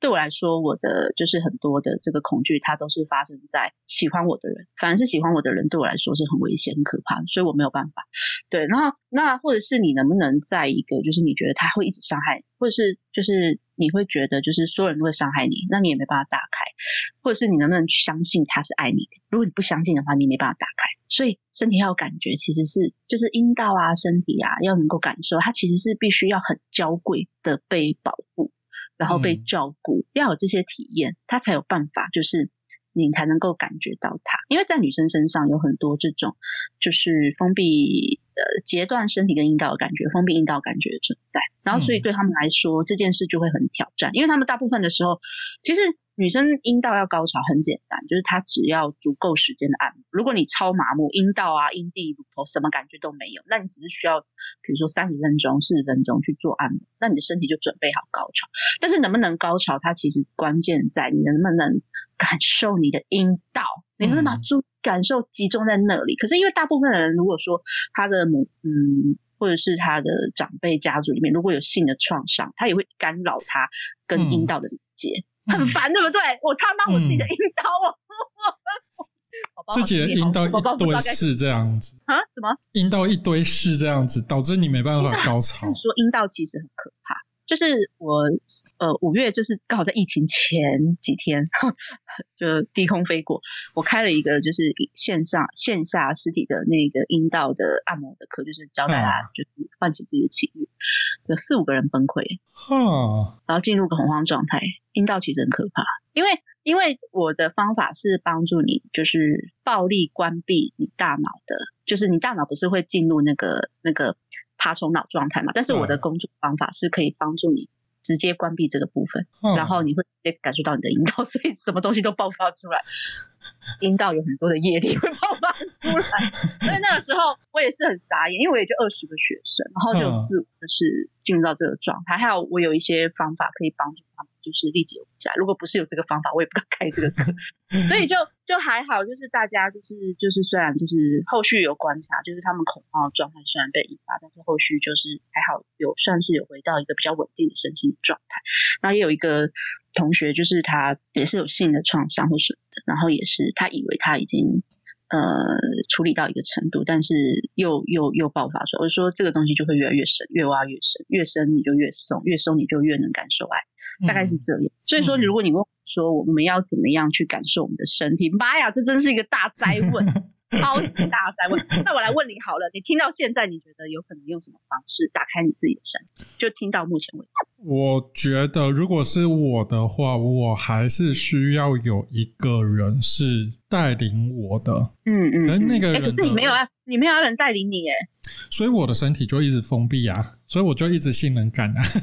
对我来说，我的就是很多的这个恐惧，它都是发生在喜欢我的人，反而是喜欢我的人对我来说是很危险、很可怕的，所以我没有办法。对，然后那或者是你能不能在一个就是你觉得他会一直伤害你，或者是就是你会觉得就是所有人都会伤害你，那你也没办法打开，或者是你能不能去相信他是爱你的？如果你不相信的话，你没办法打开。所以身体要有感觉，其实是就是阴道啊、身体啊要能够感受，它其实是必须要很娇贵的被保护，然后被照顾，要有这些体验，它才有办法，就是你才能够感觉到它。因为在女生身上有很多这种就是封闭截断身体跟阴道的感觉，封闭阴道感觉的存在，然后所以对他们来说这件事就会很挑战，因为他们大部分的时候其实女生阴道要高潮很简单，就是她只要足够时间的按摩。如果你超麻木，阴道啊、阴蒂、乳头什么感觉都没有，那你只是需要比如说30分钟、40分钟去做按摩，那你的身体就准备好高潮。但是能不能高潮，它其实关键在你能不能感受你的阴道，你能不能把注意感受集中在那里。可是因为大部分的人如果说他的或者是他的长辈家族里面如果有性的创伤，他也会干扰他跟阴道的理解，很烦，对不对？我他妈我自己的阴道自己的阴道一堆事这样子啊？什么？ 阴道一堆事这样子，导致你没办法高潮。 说阴道其实很可怕，就是我5月就是刚好在疫情前几天就低空飞过，我开了一个就是线下实体的那个阴道的按摩的课，就是教大家就是唤起自己的情欲，有4-5个人崩溃，然后进入个恐慌状态。阴道其实很可怕，因为我的方法是帮助你就是暴力关闭你大脑的，就是你大脑不是会进入那个爬虫脑状态嘛，但是我的工作方法是可以帮助你直接关闭这个部分，然后你会直接感受到你的阴道，所以什么东西都爆发出来，阴道有很多的业力会爆发出来。所以那个时候我也是很傻眼，因为我也就20个学生，然后就有4-5个是进入到这个状态，还有我有一些方法可以帮助他们就是立即有起来，如果不是有这个方法我也不敢开这个课所以就还好，就是大家就是虽然就是后续有观察，就是他们恐慌的状态虽然被引发，但是后续就是还好算是有回到一个比较稳定的身心状态。然后也有一个同学就是他也是有性的创伤或什么的，然后也是他以为他已经处理到一个程度，但是又爆发出来。我说这个东西就会越来越深，越挖越深，越深你就越松，越松你就越能感受爱，大概是这样。所以说如果你问我说我们要怎么样去感受我们的身体，妈呀，这真是一个大哉问超级大哉问。那我来问你好了，你听到现在你觉得有可能用什么方式打开你自己的身体？就听到目前为止，我觉得如果是我的话，我还是需要有一个人是带领我的。可是那个人可是你没有人带领你耶， 所以我的身体就一直封闭啊，所以我就一直性能感啊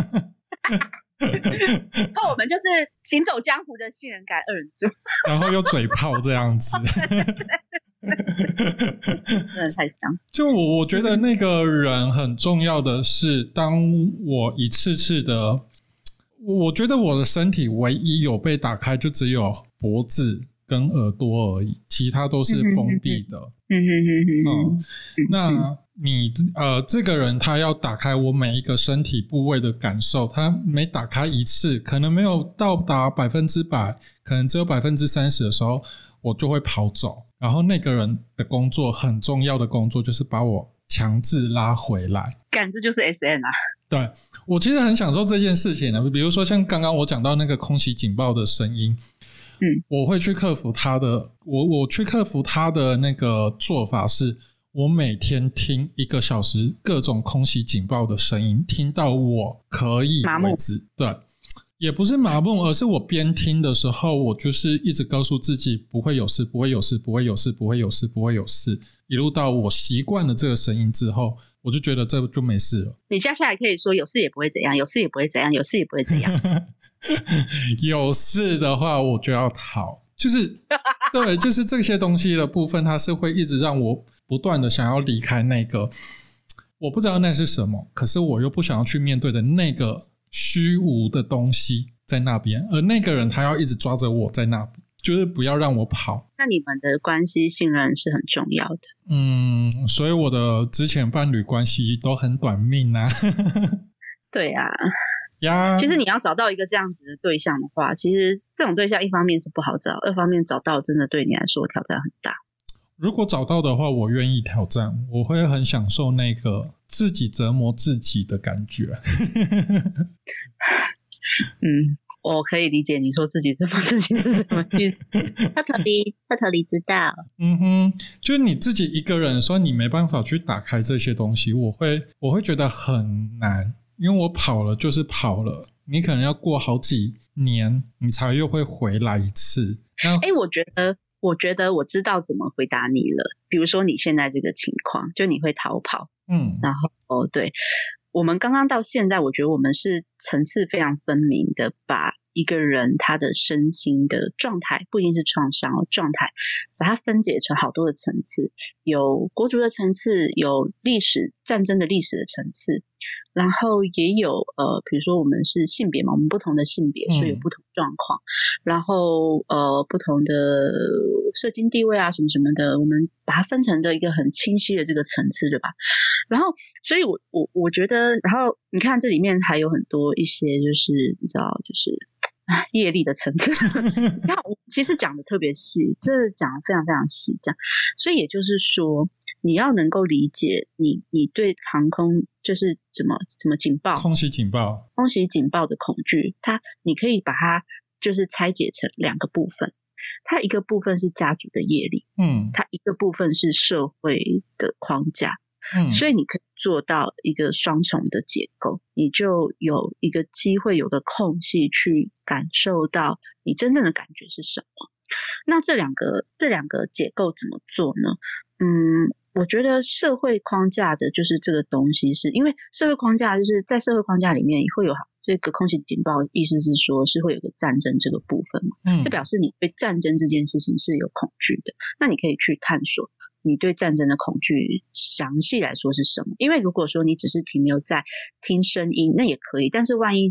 那我们就是行走江湖的性能感2人组， 然后又嘴炮这样子真的太香。 就我觉得那个人很重要的是，当我一次次的，我觉得我的身体唯一有被打开就只有脖子跟耳朵而已，其他都是封闭的。那你这个人他要打开我每一个身体部位的感受，他每打开一次可能没有到达100%，可能只有30%的时候我就会跑走，然后那个人的工作很重要的工作就是把我强制拉回来。干，这就是 SM 啊。对，我其实很享受这件事情的，比如说像刚刚我讲到那个空袭警报的声音，我会去克服它的，我去克服它的那个做法是，我每天听1个小时各种空袭警报的声音，听到我可以为止。对，也不是麻木，而是我边听的时候，我就是一直告诉自己不会有事，不会有事，不会有事，不会有事，不会有事，一路到我习惯了这个声音之后，我就觉得这就没事了。你接下来可以说有事也不会怎样，有事也不会怎样，有事也不会怎样有事的话我就要逃，就是对，就是这些东西的部分，它是会一直让我不断的想要离开那个我不知道那是什么，可是我又不想要去面对的那个虚无的东西在那边，而那个人他要一直抓着我在那边，就是不要让我跑。那你们的关系信任是很重要的。所以我的之前伴侣关系都很短命啊对啊， 呀。 其实你要找到一个这样子的对象的话，其实这种对象一方面是不好找，二方面找到真的对你来说挑战很大。 如果找到的话，我愿意挑战，我会很享受那个自己折磨自己的感觉。 我可以理解你说自己折磨自己是什么意思。特特里知道。 就是你自己一个人的时候，你没办法去打开这些东西，我会觉得很难，因为我跑了就是跑了，你可能要过好几年，你才又会回来一次。 我觉得我知道怎么回答你了。比如说你现在这个情况，就你会逃跑，然后对，我们刚刚到现在，我觉得我们是层次非常分明的，把一个人他的身心的状态，不一定是创伤状态，把它分解成好多的层次，有国族的层次，有战争的历史的层次，然后也有比如说我们是性别嘛，我们不同的性别，所以有不同状况，然后不同的社经地位啊什么什么的，我们把它分成的一个很清晰的这个层次，对吧？然后所以我觉得，然后你看这里面还有很多一些就是你知道就是业力的层次。你看我其实讲的特别细，这讲的非常非常细，这样。所以也就是说你要能够理解你对航空就是怎么警报， 空袭警报的恐惧，你可以把它就是拆解成两个部分。它一个部分是家族的业力，它一个部分是社会的框架，所以你可以做到一个双重的结构，你就有一个机会，有个空隙去感受到你真正的感觉是什么。那这两个结构怎么做呢？我觉得社会框架的就是这个东西，是因为社会框架就是在社会框架里面会有这个空袭警报，意思是说是会有个战争这个部分嘛，这表示你对战争这件事情是有恐惧的，那你可以去探索你对战争的恐惧详细来说是什么。因为如果说你只是停留在听声音，那也可以，但是万一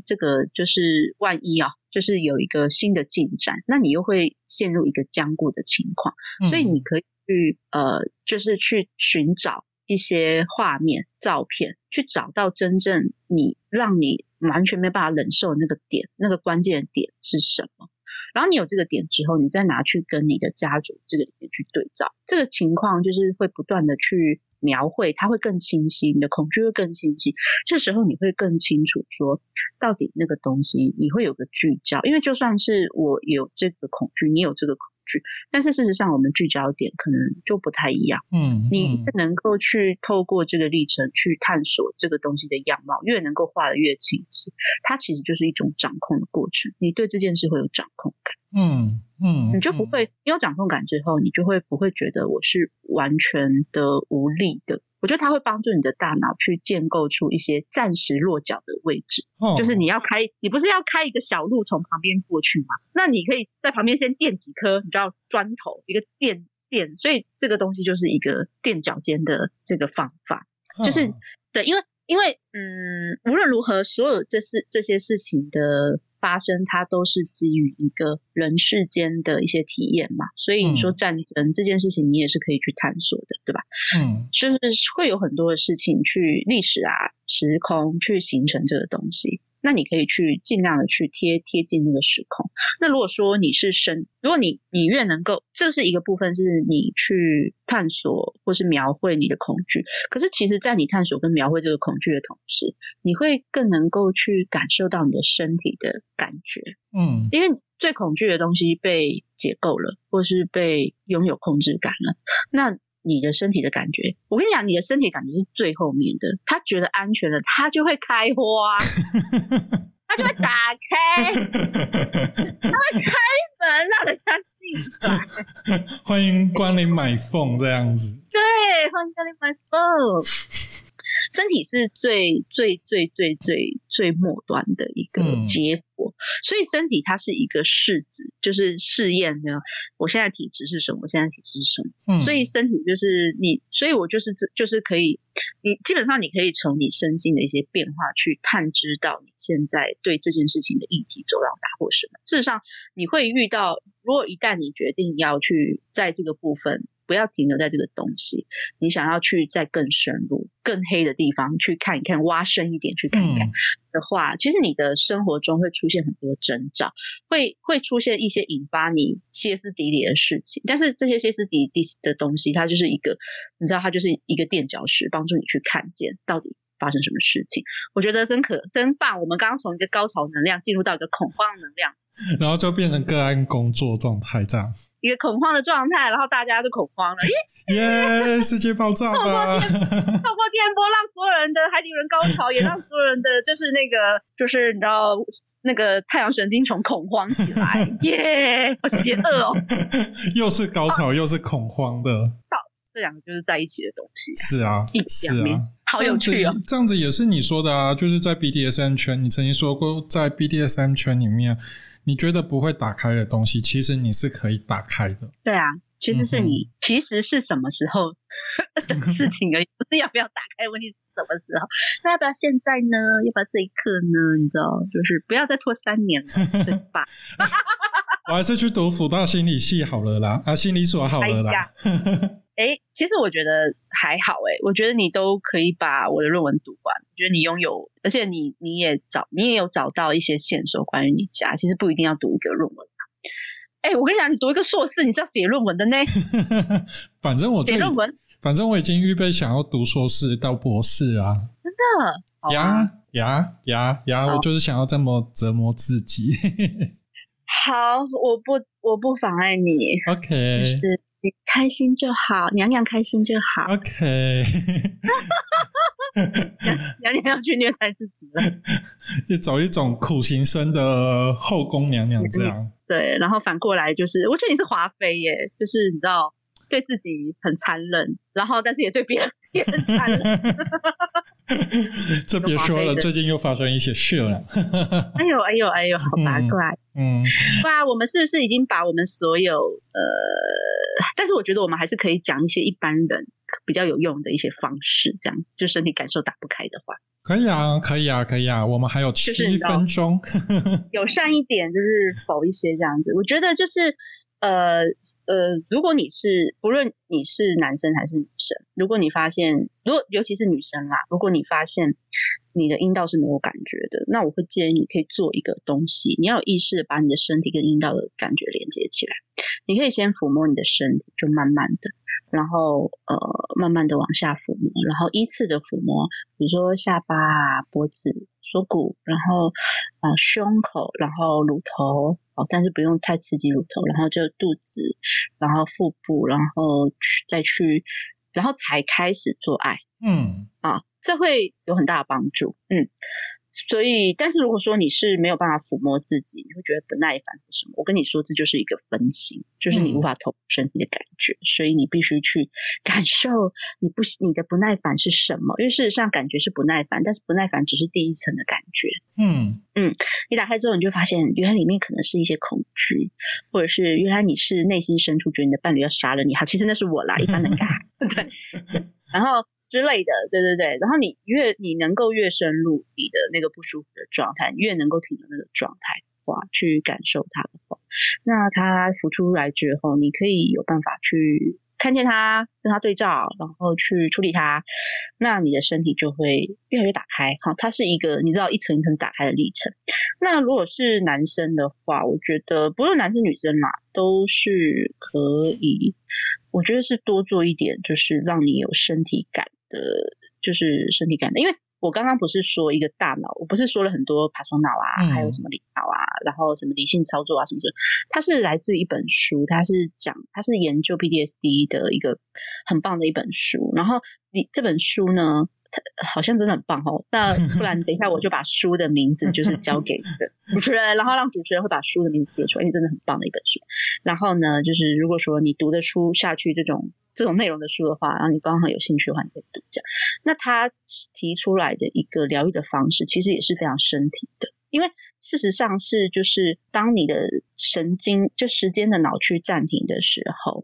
就是有一个新的进展，那你又会陷入一个僵固的情况，所以你可以去就是去寻找一些画面照片，去找到真正让你完全没办法忍受的那个点，那个关键的点是什么。然后你有这个点之后，你再拿去跟你的家族这个里面去对照，这个情况就是会不断的去描绘，它会更清晰，你的恐惧会更清晰，这时候你会更清楚说到底那个东西你会有个聚焦。因为就算是我有这个恐惧，你有这个恐惧，但是事实上我们聚焦点可能就不太一样。你能够去透过这个历程去探索这个东西的样貌，越能够画得越清晰，它其实就是一种掌控的过程，你对这件事会有掌控感。你就不会，你有掌控感之后，你就会不会觉得我是完全的无力的。我觉得它会帮助你的大脑去建构出一些暂时落脚的位置，就是你不是要开一个小路从旁边过去吗？那你可以在旁边先垫几颗你知道砖头，一个垫，所以这个东西就是一个垫脚尖的这个方法，就是对，因为无论如何，所有这些事情的发生，它都是基于一个人世间的一些体验嘛，所以你说战争这件事情你也是可以去探索的，对吧？就是会有很多的事情去历史啊时空去形成这个东西，那你可以去尽量的去贴近那个时空。那如果说如果你越能够，这是一个部分是你去探索或是描绘你的恐惧，可是其实在你探索跟描绘这个恐惧的同时，你会更能够去感受到你的身体的感觉。因为最恐惧的东西被解构了，或是被拥有控制感了，那你的身体的感觉，我跟你讲，你的身体感觉是最后面的，他觉得安全了，他就会开花，他就会打开，他会开门让人家进来。 欢迎光临买凤这样子。 对，欢迎光临买凤。身体是最末端的一个结果，所以身体它是一个试纸，就是试验呢，我现在体质是什么，我现在体质是什么。所以身体就是你，所以我就是可以，你基本上你可以从你身心的一些变化去探知到你现在对这件事情的议题走到哪或什么。事实上你会遇到，如果一旦你决定要去在这个部分不要停留在这个东西，你想要去再更深入更黑的地方去看一看，挖深一点去看一看的话，其实你的生活中会出现很多征兆，会出现一些引发你歇斯底里的事情，但是这些歇斯底里的东西它就是一个，你知道，它就是一个垫脚石，帮助你去看见到底发生什么事情。我觉得真棒，我们刚刚从一个高潮能量进入到一个恐慌能量， 然后就变成个案工作状态，这样一个恐慌的状态，然后大家都恐慌了， 耶世界爆炸吧透过电波让所有人的海底轮高潮，也让所有人的就是那个就是你知道那个太阳神经丛恐慌起来耶好邪恶哦又是高潮又是恐慌的， 这两个就是在一起的东西是啊是啊， 好有趣哦。 这样子也是你说的啊，就是在 BDSM 圈，你曾经说过在 BDSM 圈里面你觉得不会打开的东西，其实你是可以打开的。 对啊，其实是你其实是什么时候的事情而已，不是要不要打开，问题是什么时候，那要不要现在呢，要不要这一刻呢，你知道，就是不要再拖3年了对吧我还是去读辅大心理系好了啦，心理所好了啦其实我觉得还好我觉得你都可以把我的论文读完，我觉得你拥有，而且你也有找到一些线索关于你家，其实不一定要读一个论文我跟你讲，你读一个硕士你是要写论文的呢反正写论文， 反正我已经预备想要读硕士到博士啊， 真的呀我就是想要这么折磨自己好，我不妨碍你 OK， 就是你开心就好，娘娘开心就好 OK 娘娘要去虐待自己了就走一种苦行僧的后宫娘娘这样对，然后反过来就是我觉得你是华妃耶，就是你知道对自己很残忍，然后但是也对别人也很残忍这别说了，最近又发生一些事了哎呦好八卦哇，我们是不是已经把我们所有但是我觉得我们还是可以讲一些一般人比较有用的一些方式，这样就身体感受打不开的话可以啊，我们还有7分钟友善一点，就是否一些这样子。我觉得就是如果你是不论你是男生还是女生，如果你发现尤其是女生啦，如果你发现你的阴道是没有感觉的，那我会建议你可以做一个东西，你要有意识的把你的身体跟阴道的感觉连接起来。你可以先抚摸你的身体，就慢慢的，然后慢慢的往下抚摸，然后依次的抚摸，比如说下巴啊、脖子、锁骨，然后胸口，然后乳头但是不用太刺激乳头，然后就肚子，然后腹部，然后然后才开始做爱这会有很大的帮助所以但是如果说你是没有办法抚摸自己，你会觉得不耐烦或什么，我跟你说这就是一个分心，就是你无法投入身体的感觉所以你必须去感受你的不耐烦是什么，因为事实上感觉是不耐烦，但是不耐烦只是第一层的感觉你打开之后你就发现原来里面可能是一些恐惧，或者是原来你是内心深处觉得你的伴侣要杀了你，好，其实那是我啦，一般人应该对然后之类的，对，然后你能够越深入你的那个不舒服的状态，你越能够停留那个状态的话，去感受它的话，那它浮出来之后，你可以有办法去看见它，跟它对照，然后去处理它，那你的身体就会越来越打开它是一个你知道一层一层打开的历程。那如果是男生的话，我觉得不论男生女生嘛，都是可以，我觉得是多做一点，就是让你有身体感的，就是身体感的，因为我刚刚不是说一个大脑，我不是说了很多爬虫脑啊还有什么理脑啊，然后什么理性操作啊什么什么，它是来自于一本书，它是研究 PTSD 的一个很棒的一本书，然后这本书呢好像真的很棒那不然等一下我就把书的名字就是交给主持人，然后让主持人会把书的名字列出来，因为真的很棒的一本书。然后呢就是如果说你读得出下去这种内容的书的话，然后你刚好有兴趣的话你可以读这样。那他提出来的一个疗愈的方式其实也是非常身体的，因为事实上是就是当你的神经就时间的脑区暂停的时候，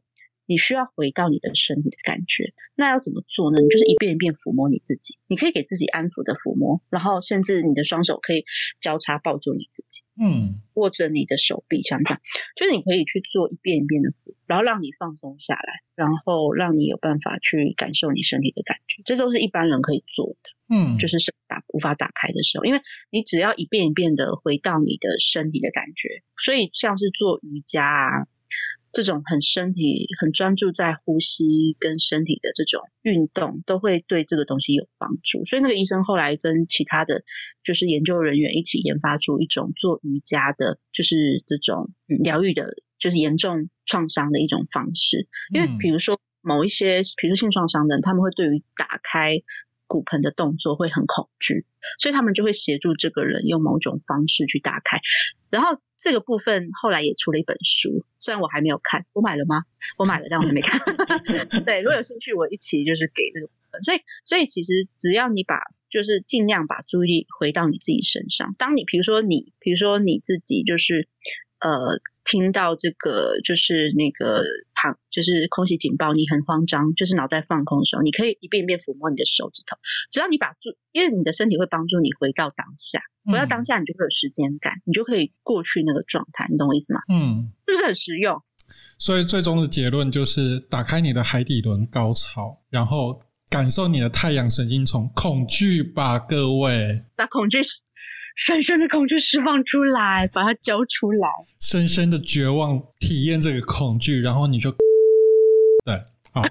你需要回到你的身体的感觉。那要怎么做呢？你就是一遍一遍抚摸你自己，你可以给自己安抚的抚摸，然后甚至你的双手可以交叉抱住你自己，握着你的手臂，像这样，就是你可以去做一遍一遍的抚，然后让你放松下来，然后让你有办法去感受你身体的感觉，这都是一般人可以做的。就是无法打开的时候，因为你只要一遍一遍的回到你的身体的感觉，所以像是做瑜伽啊这种很身体很专注在呼吸跟身体的这种运动，都会对这个东西有帮助。所以那个医生后来跟其他的就是研究人员一起研发出一种做瑜伽的，就是这种疗愈的，就是严重创伤的一种方式。因为比如说某一些比如说性创伤的人，他们会对于打开骨盆的动作会很恐惧，所以他们就会协助这个人用某种方式去打开。然后这个部分后来也出了一本书，虽然我还没有看。我买了吗？我买了，但我还没看。对，如果有兴趣我一起就是给这个部分。所以其实只要你就是尽量把注意力回到你自己身上。当你比如说你自己就是听到这个就是那个就是空袭警报，你很慌张，就是脑袋放空的时候，你可以一遍一遍抚摸你的手指头。只要你因为你的身体会帮助你回到当下，回到当下你就会有时间感，你就可以过去那个状态，你懂我意思吗？是不是很实用？ 所以最终的结论就是打开你的海底轮高潮，然后感受你的太阳神经丛，恐惧吧各位， 把深深的恐惧释放出来，把它交出来， 深深的绝望体验这个恐惧，然后你就对好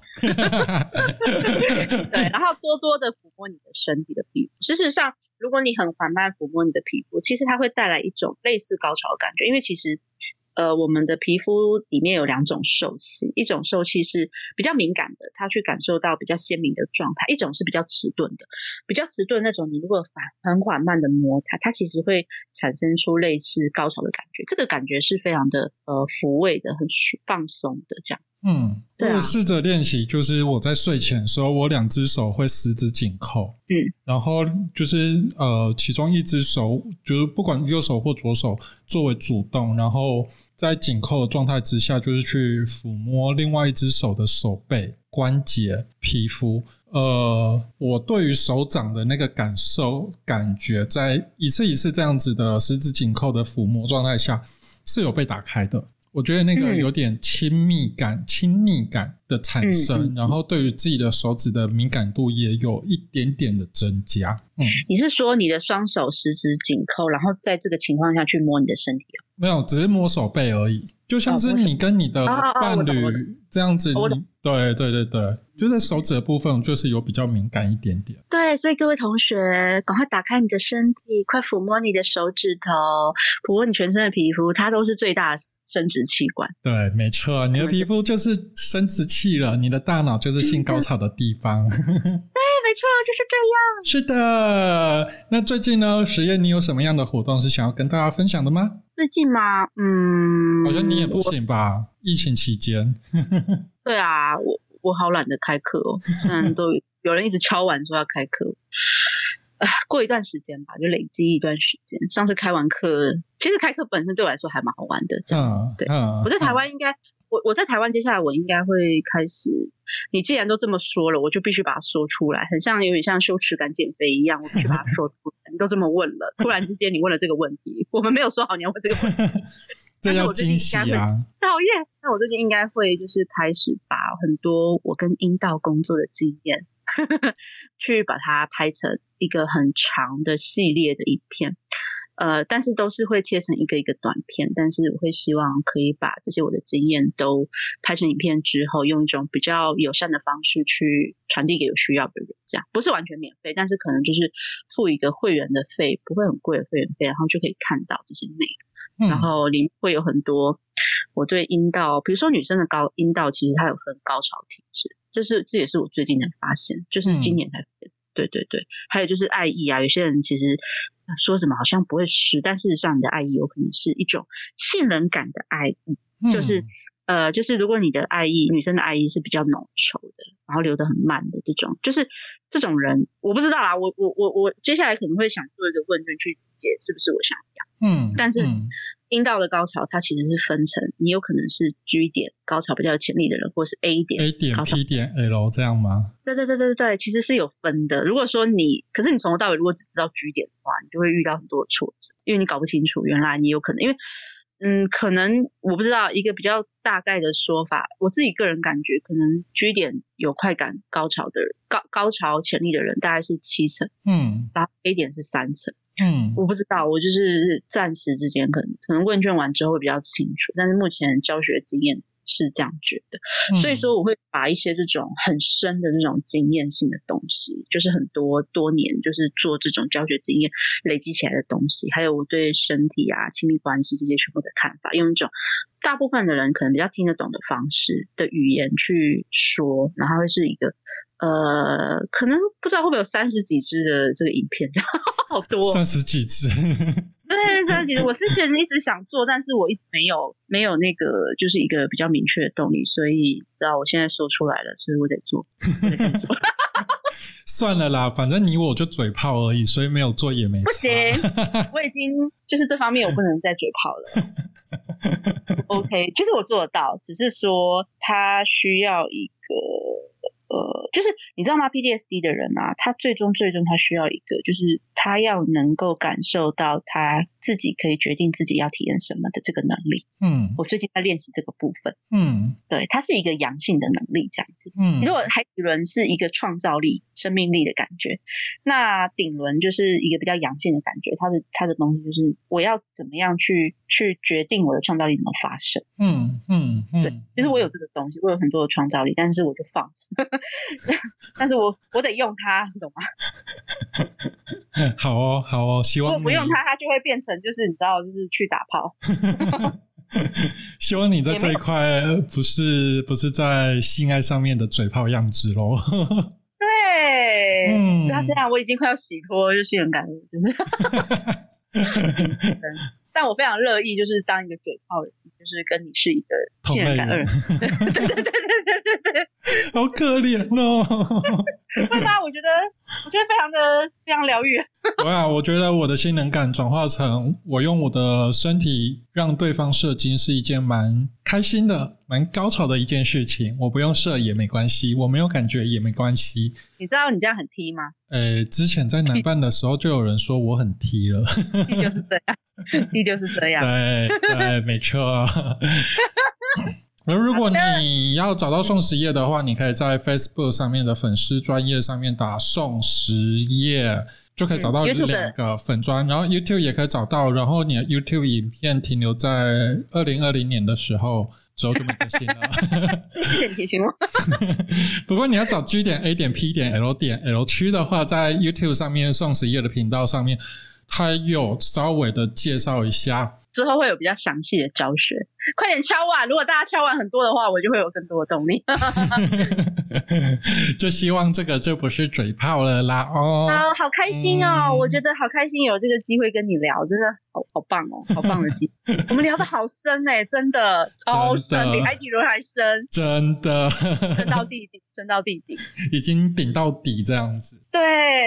对，然后多多的抚摸你的身体的皮肤。事实上如果你很缓慢抚摸你的皮肤，其实它会带来一种类似高潮的感觉。因为其实我们的皮肤里面有2种受器，一种受器是比较敏感的，它去感受到比较鲜明的状态，一种是比较迟钝的。比较迟钝那种，你如果很缓慢的摸它其实会产生出类似高潮的感觉，这个感觉是非常的抚慰的，很放松的这样。 我试着练习，就是我在睡前的时候，我2只手会十指紧扣，然后就是其中一只手就是不管右手或左手作为主动，然后在紧扣的状态之下，就是去抚摸另外一只手的手背、关节、皮肤。我对于手掌的那个感觉，在一次一次这样子的十指紧扣的抚摸状态下，是有被打开的。我觉得那个有点亲密感、亲昵感的产生，然后对于自己的手指的敏感度也有一点点的增加。 你是说你的双手十指紧扣，然后在这个情况下去摸你的身体？ 没有，只是摸手背而已，就像是你跟你的伴侣这样子。对，就是手指的部分就是有比较敏感一点点。 对，所以各位同学赶快打开你的身体，快抚摸你的手指头，抚摸你全身的皮肤，它都是最大的生殖器官。 对，没错，你的皮肤就是生殖器了，你的大脑就是性高潮的地方。 对，没错，就是这样。 是的。那最近呢，实验你有什么样的活动是想要跟大家分享的吗？ 最近吗？ 好像你也不行吧，疫情期间。 对啊，我好懒得开课哦，虽然都有人一直敲碗说要开课。过一段时间吧，就累积一段时间。上次开完课，其实开课本身对我来说还蛮好玩的。对，我在台湾应该，我在台湾接下来我应该会开始。你既然都这么说了，我就必须把它说出来，有点像羞耻感减肥一样，我必须把它说出来。你都这么问了，突然之间你问了这个问题，我们没有说好你要问这个问题。 这叫惊喜啊！ 讨厌。那我最近应该会就是开始把很多我跟阴道工作的经验去把它拍成一个很长的系列的影片。但是都是会切成一个一个短片，但是我会希望可以把这些我的经验都拍成影片之后，用一种比较友善的方式去传递给有需要的人，这样不是完全免费，但是可能就是付一个会员的费，不会很贵的会员费，然后就可以看到这些内容。然后里面会有很多我对阴道，比如说女生的阴道其实它有分高潮体质，这也是我最近才发现，就是今年才发现。对，还有就是爱意啊，有些人其实说什么好像不会湿，但事实上你的爱意有可能是一种信任感的爱意，就是如果你的爱意，女生的爱意是比较浓稠的，然后流得很慢的这种，就是这种人，我不知道啦，我接下来可能会想做一个问卷去理解是不是我想要，但是阴道的高潮它其实是分成，你有可能是 G 点高潮比较有潜力的人，或是 A 点 P 点 L 这样吗？ 对，其实是有分的。如果说可是你从头到尾如果只知道 G 点的话，你就会遇到很多的挫折，因为你搞不清楚原来你有可能，因为可能我不知道一个比较大概的说法，我自己个人感觉可能 G 点有快感高潮的人，高潮潜力的人大概是7成，然后 A 点是3成。我不知道，我就是暂时之间可能问卷完之后会比较清楚，但是目前教学经验是这样觉得，所以说我会把一些这种很深的这种经验性的东西，就是很多年就是做这种教学经验累积起来的东西，还有我对身体啊亲密关系这些全部的看法，用一种大部分的人可能比较听得懂的方式的语言去说，然后会是一个可能不知道会不会有30几支的这个影片，好多 30几支对，30几支我之前一直想做，但是我一直没有那个就是一个比较明确的动力，所以知道我现在说出来了，所以我得做算了啦，反正你我就嘴炮而已，所以没有做也没差。 不行，我已经就是这方面我不能再嘴炮了OK， 其实我做得到，只是说他需要一个就是你知道吗 PTSD 的人啊，他最终他需要一个，就是他要能够感受到他自己可以决定自己要体验什么的这个能力。我最近在练习这个部分。对，它是一个阳性的能力这样子。如果海底轮是一个创造力生命力的感觉，那顶轮就是一个比较阳性的感觉，它的东西就是我要怎么样去决定我的创造力怎么发生。对，其实我有这个东西，我有很多的创造力，但是我就放着但是我得用它，你懂吗？ 好哦，希望如果不用它就会变成就是你知道就是去打炮希望你在这一块不是在性爱上面的嘴炮样子咯对，不要这样，我已经快要洗脱就性感了，就是但我非常乐意就是当一个嘴炮人，就是跟你是一个信任感二人对好可怜哦会吗？我觉得非常疗愈我觉得我的性能感转化成我用我的身体让对方射精是一件蛮开心的蛮高潮的一件事情，我不用射也没关系，我没有感觉也没关系。 你知道你这样很 T 吗？ 之前在男伴的时候就有人说我很 T 了 T 就是这样T 就是这样对没错而如果你要找到宋实业的话，你可以在 Facebook 上面的粉丝专页上面打宋实业，就可以找到2个粉专，然后 YouTube 也可以找到，然后你的 YouTube 影片停留在2020年的时候之后就没更新了谢谢你提醒我不过你要找 G 点 A 点 P 点 L 点 L 区的话，在 YouTube 上面宋实业的频道上面它有稍微的介绍一下， 之后会有比较详细的教学，快点敲碗，如果大家敲碗很多的话，我就会有更多的动力就希望这个就不是嘴炮了啦好开心哦我觉得好开心有这个机会跟你聊，真的好棒哦，好棒的机会我们聊得好深真的超深，比海底轮还深，真的深到地底已经顶到底这样子， 对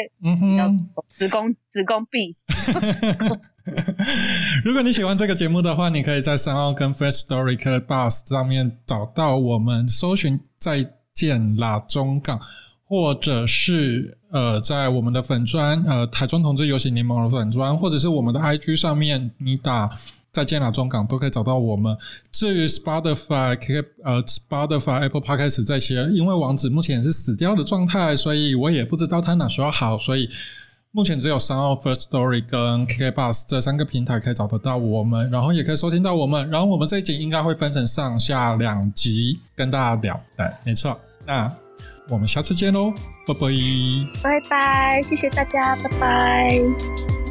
子宫壁如果你喜欢这个节目的话，你可以在SoundOn跟 Firstory KKBOX 上面找到我们，搜寻再见啦中港，或者是在我们的粉专台中同志游行联盟的粉专，或者是我们的 IG 上面你打再见啦中港都可以找到我们。至于 Spotify Apple Podcast 这些，因为网址目前是死掉的状态，所以我也不知道它哪时候好，所以目前只有SoundOn Firstory 跟 KKBOX 这3个平台可以找得到我们，然后也可以收听到我们，然后我们这一集应该会分成上下2集跟大家聊，对，没错，那我们下次见咯，拜拜， 拜拜，谢谢大家，拜拜。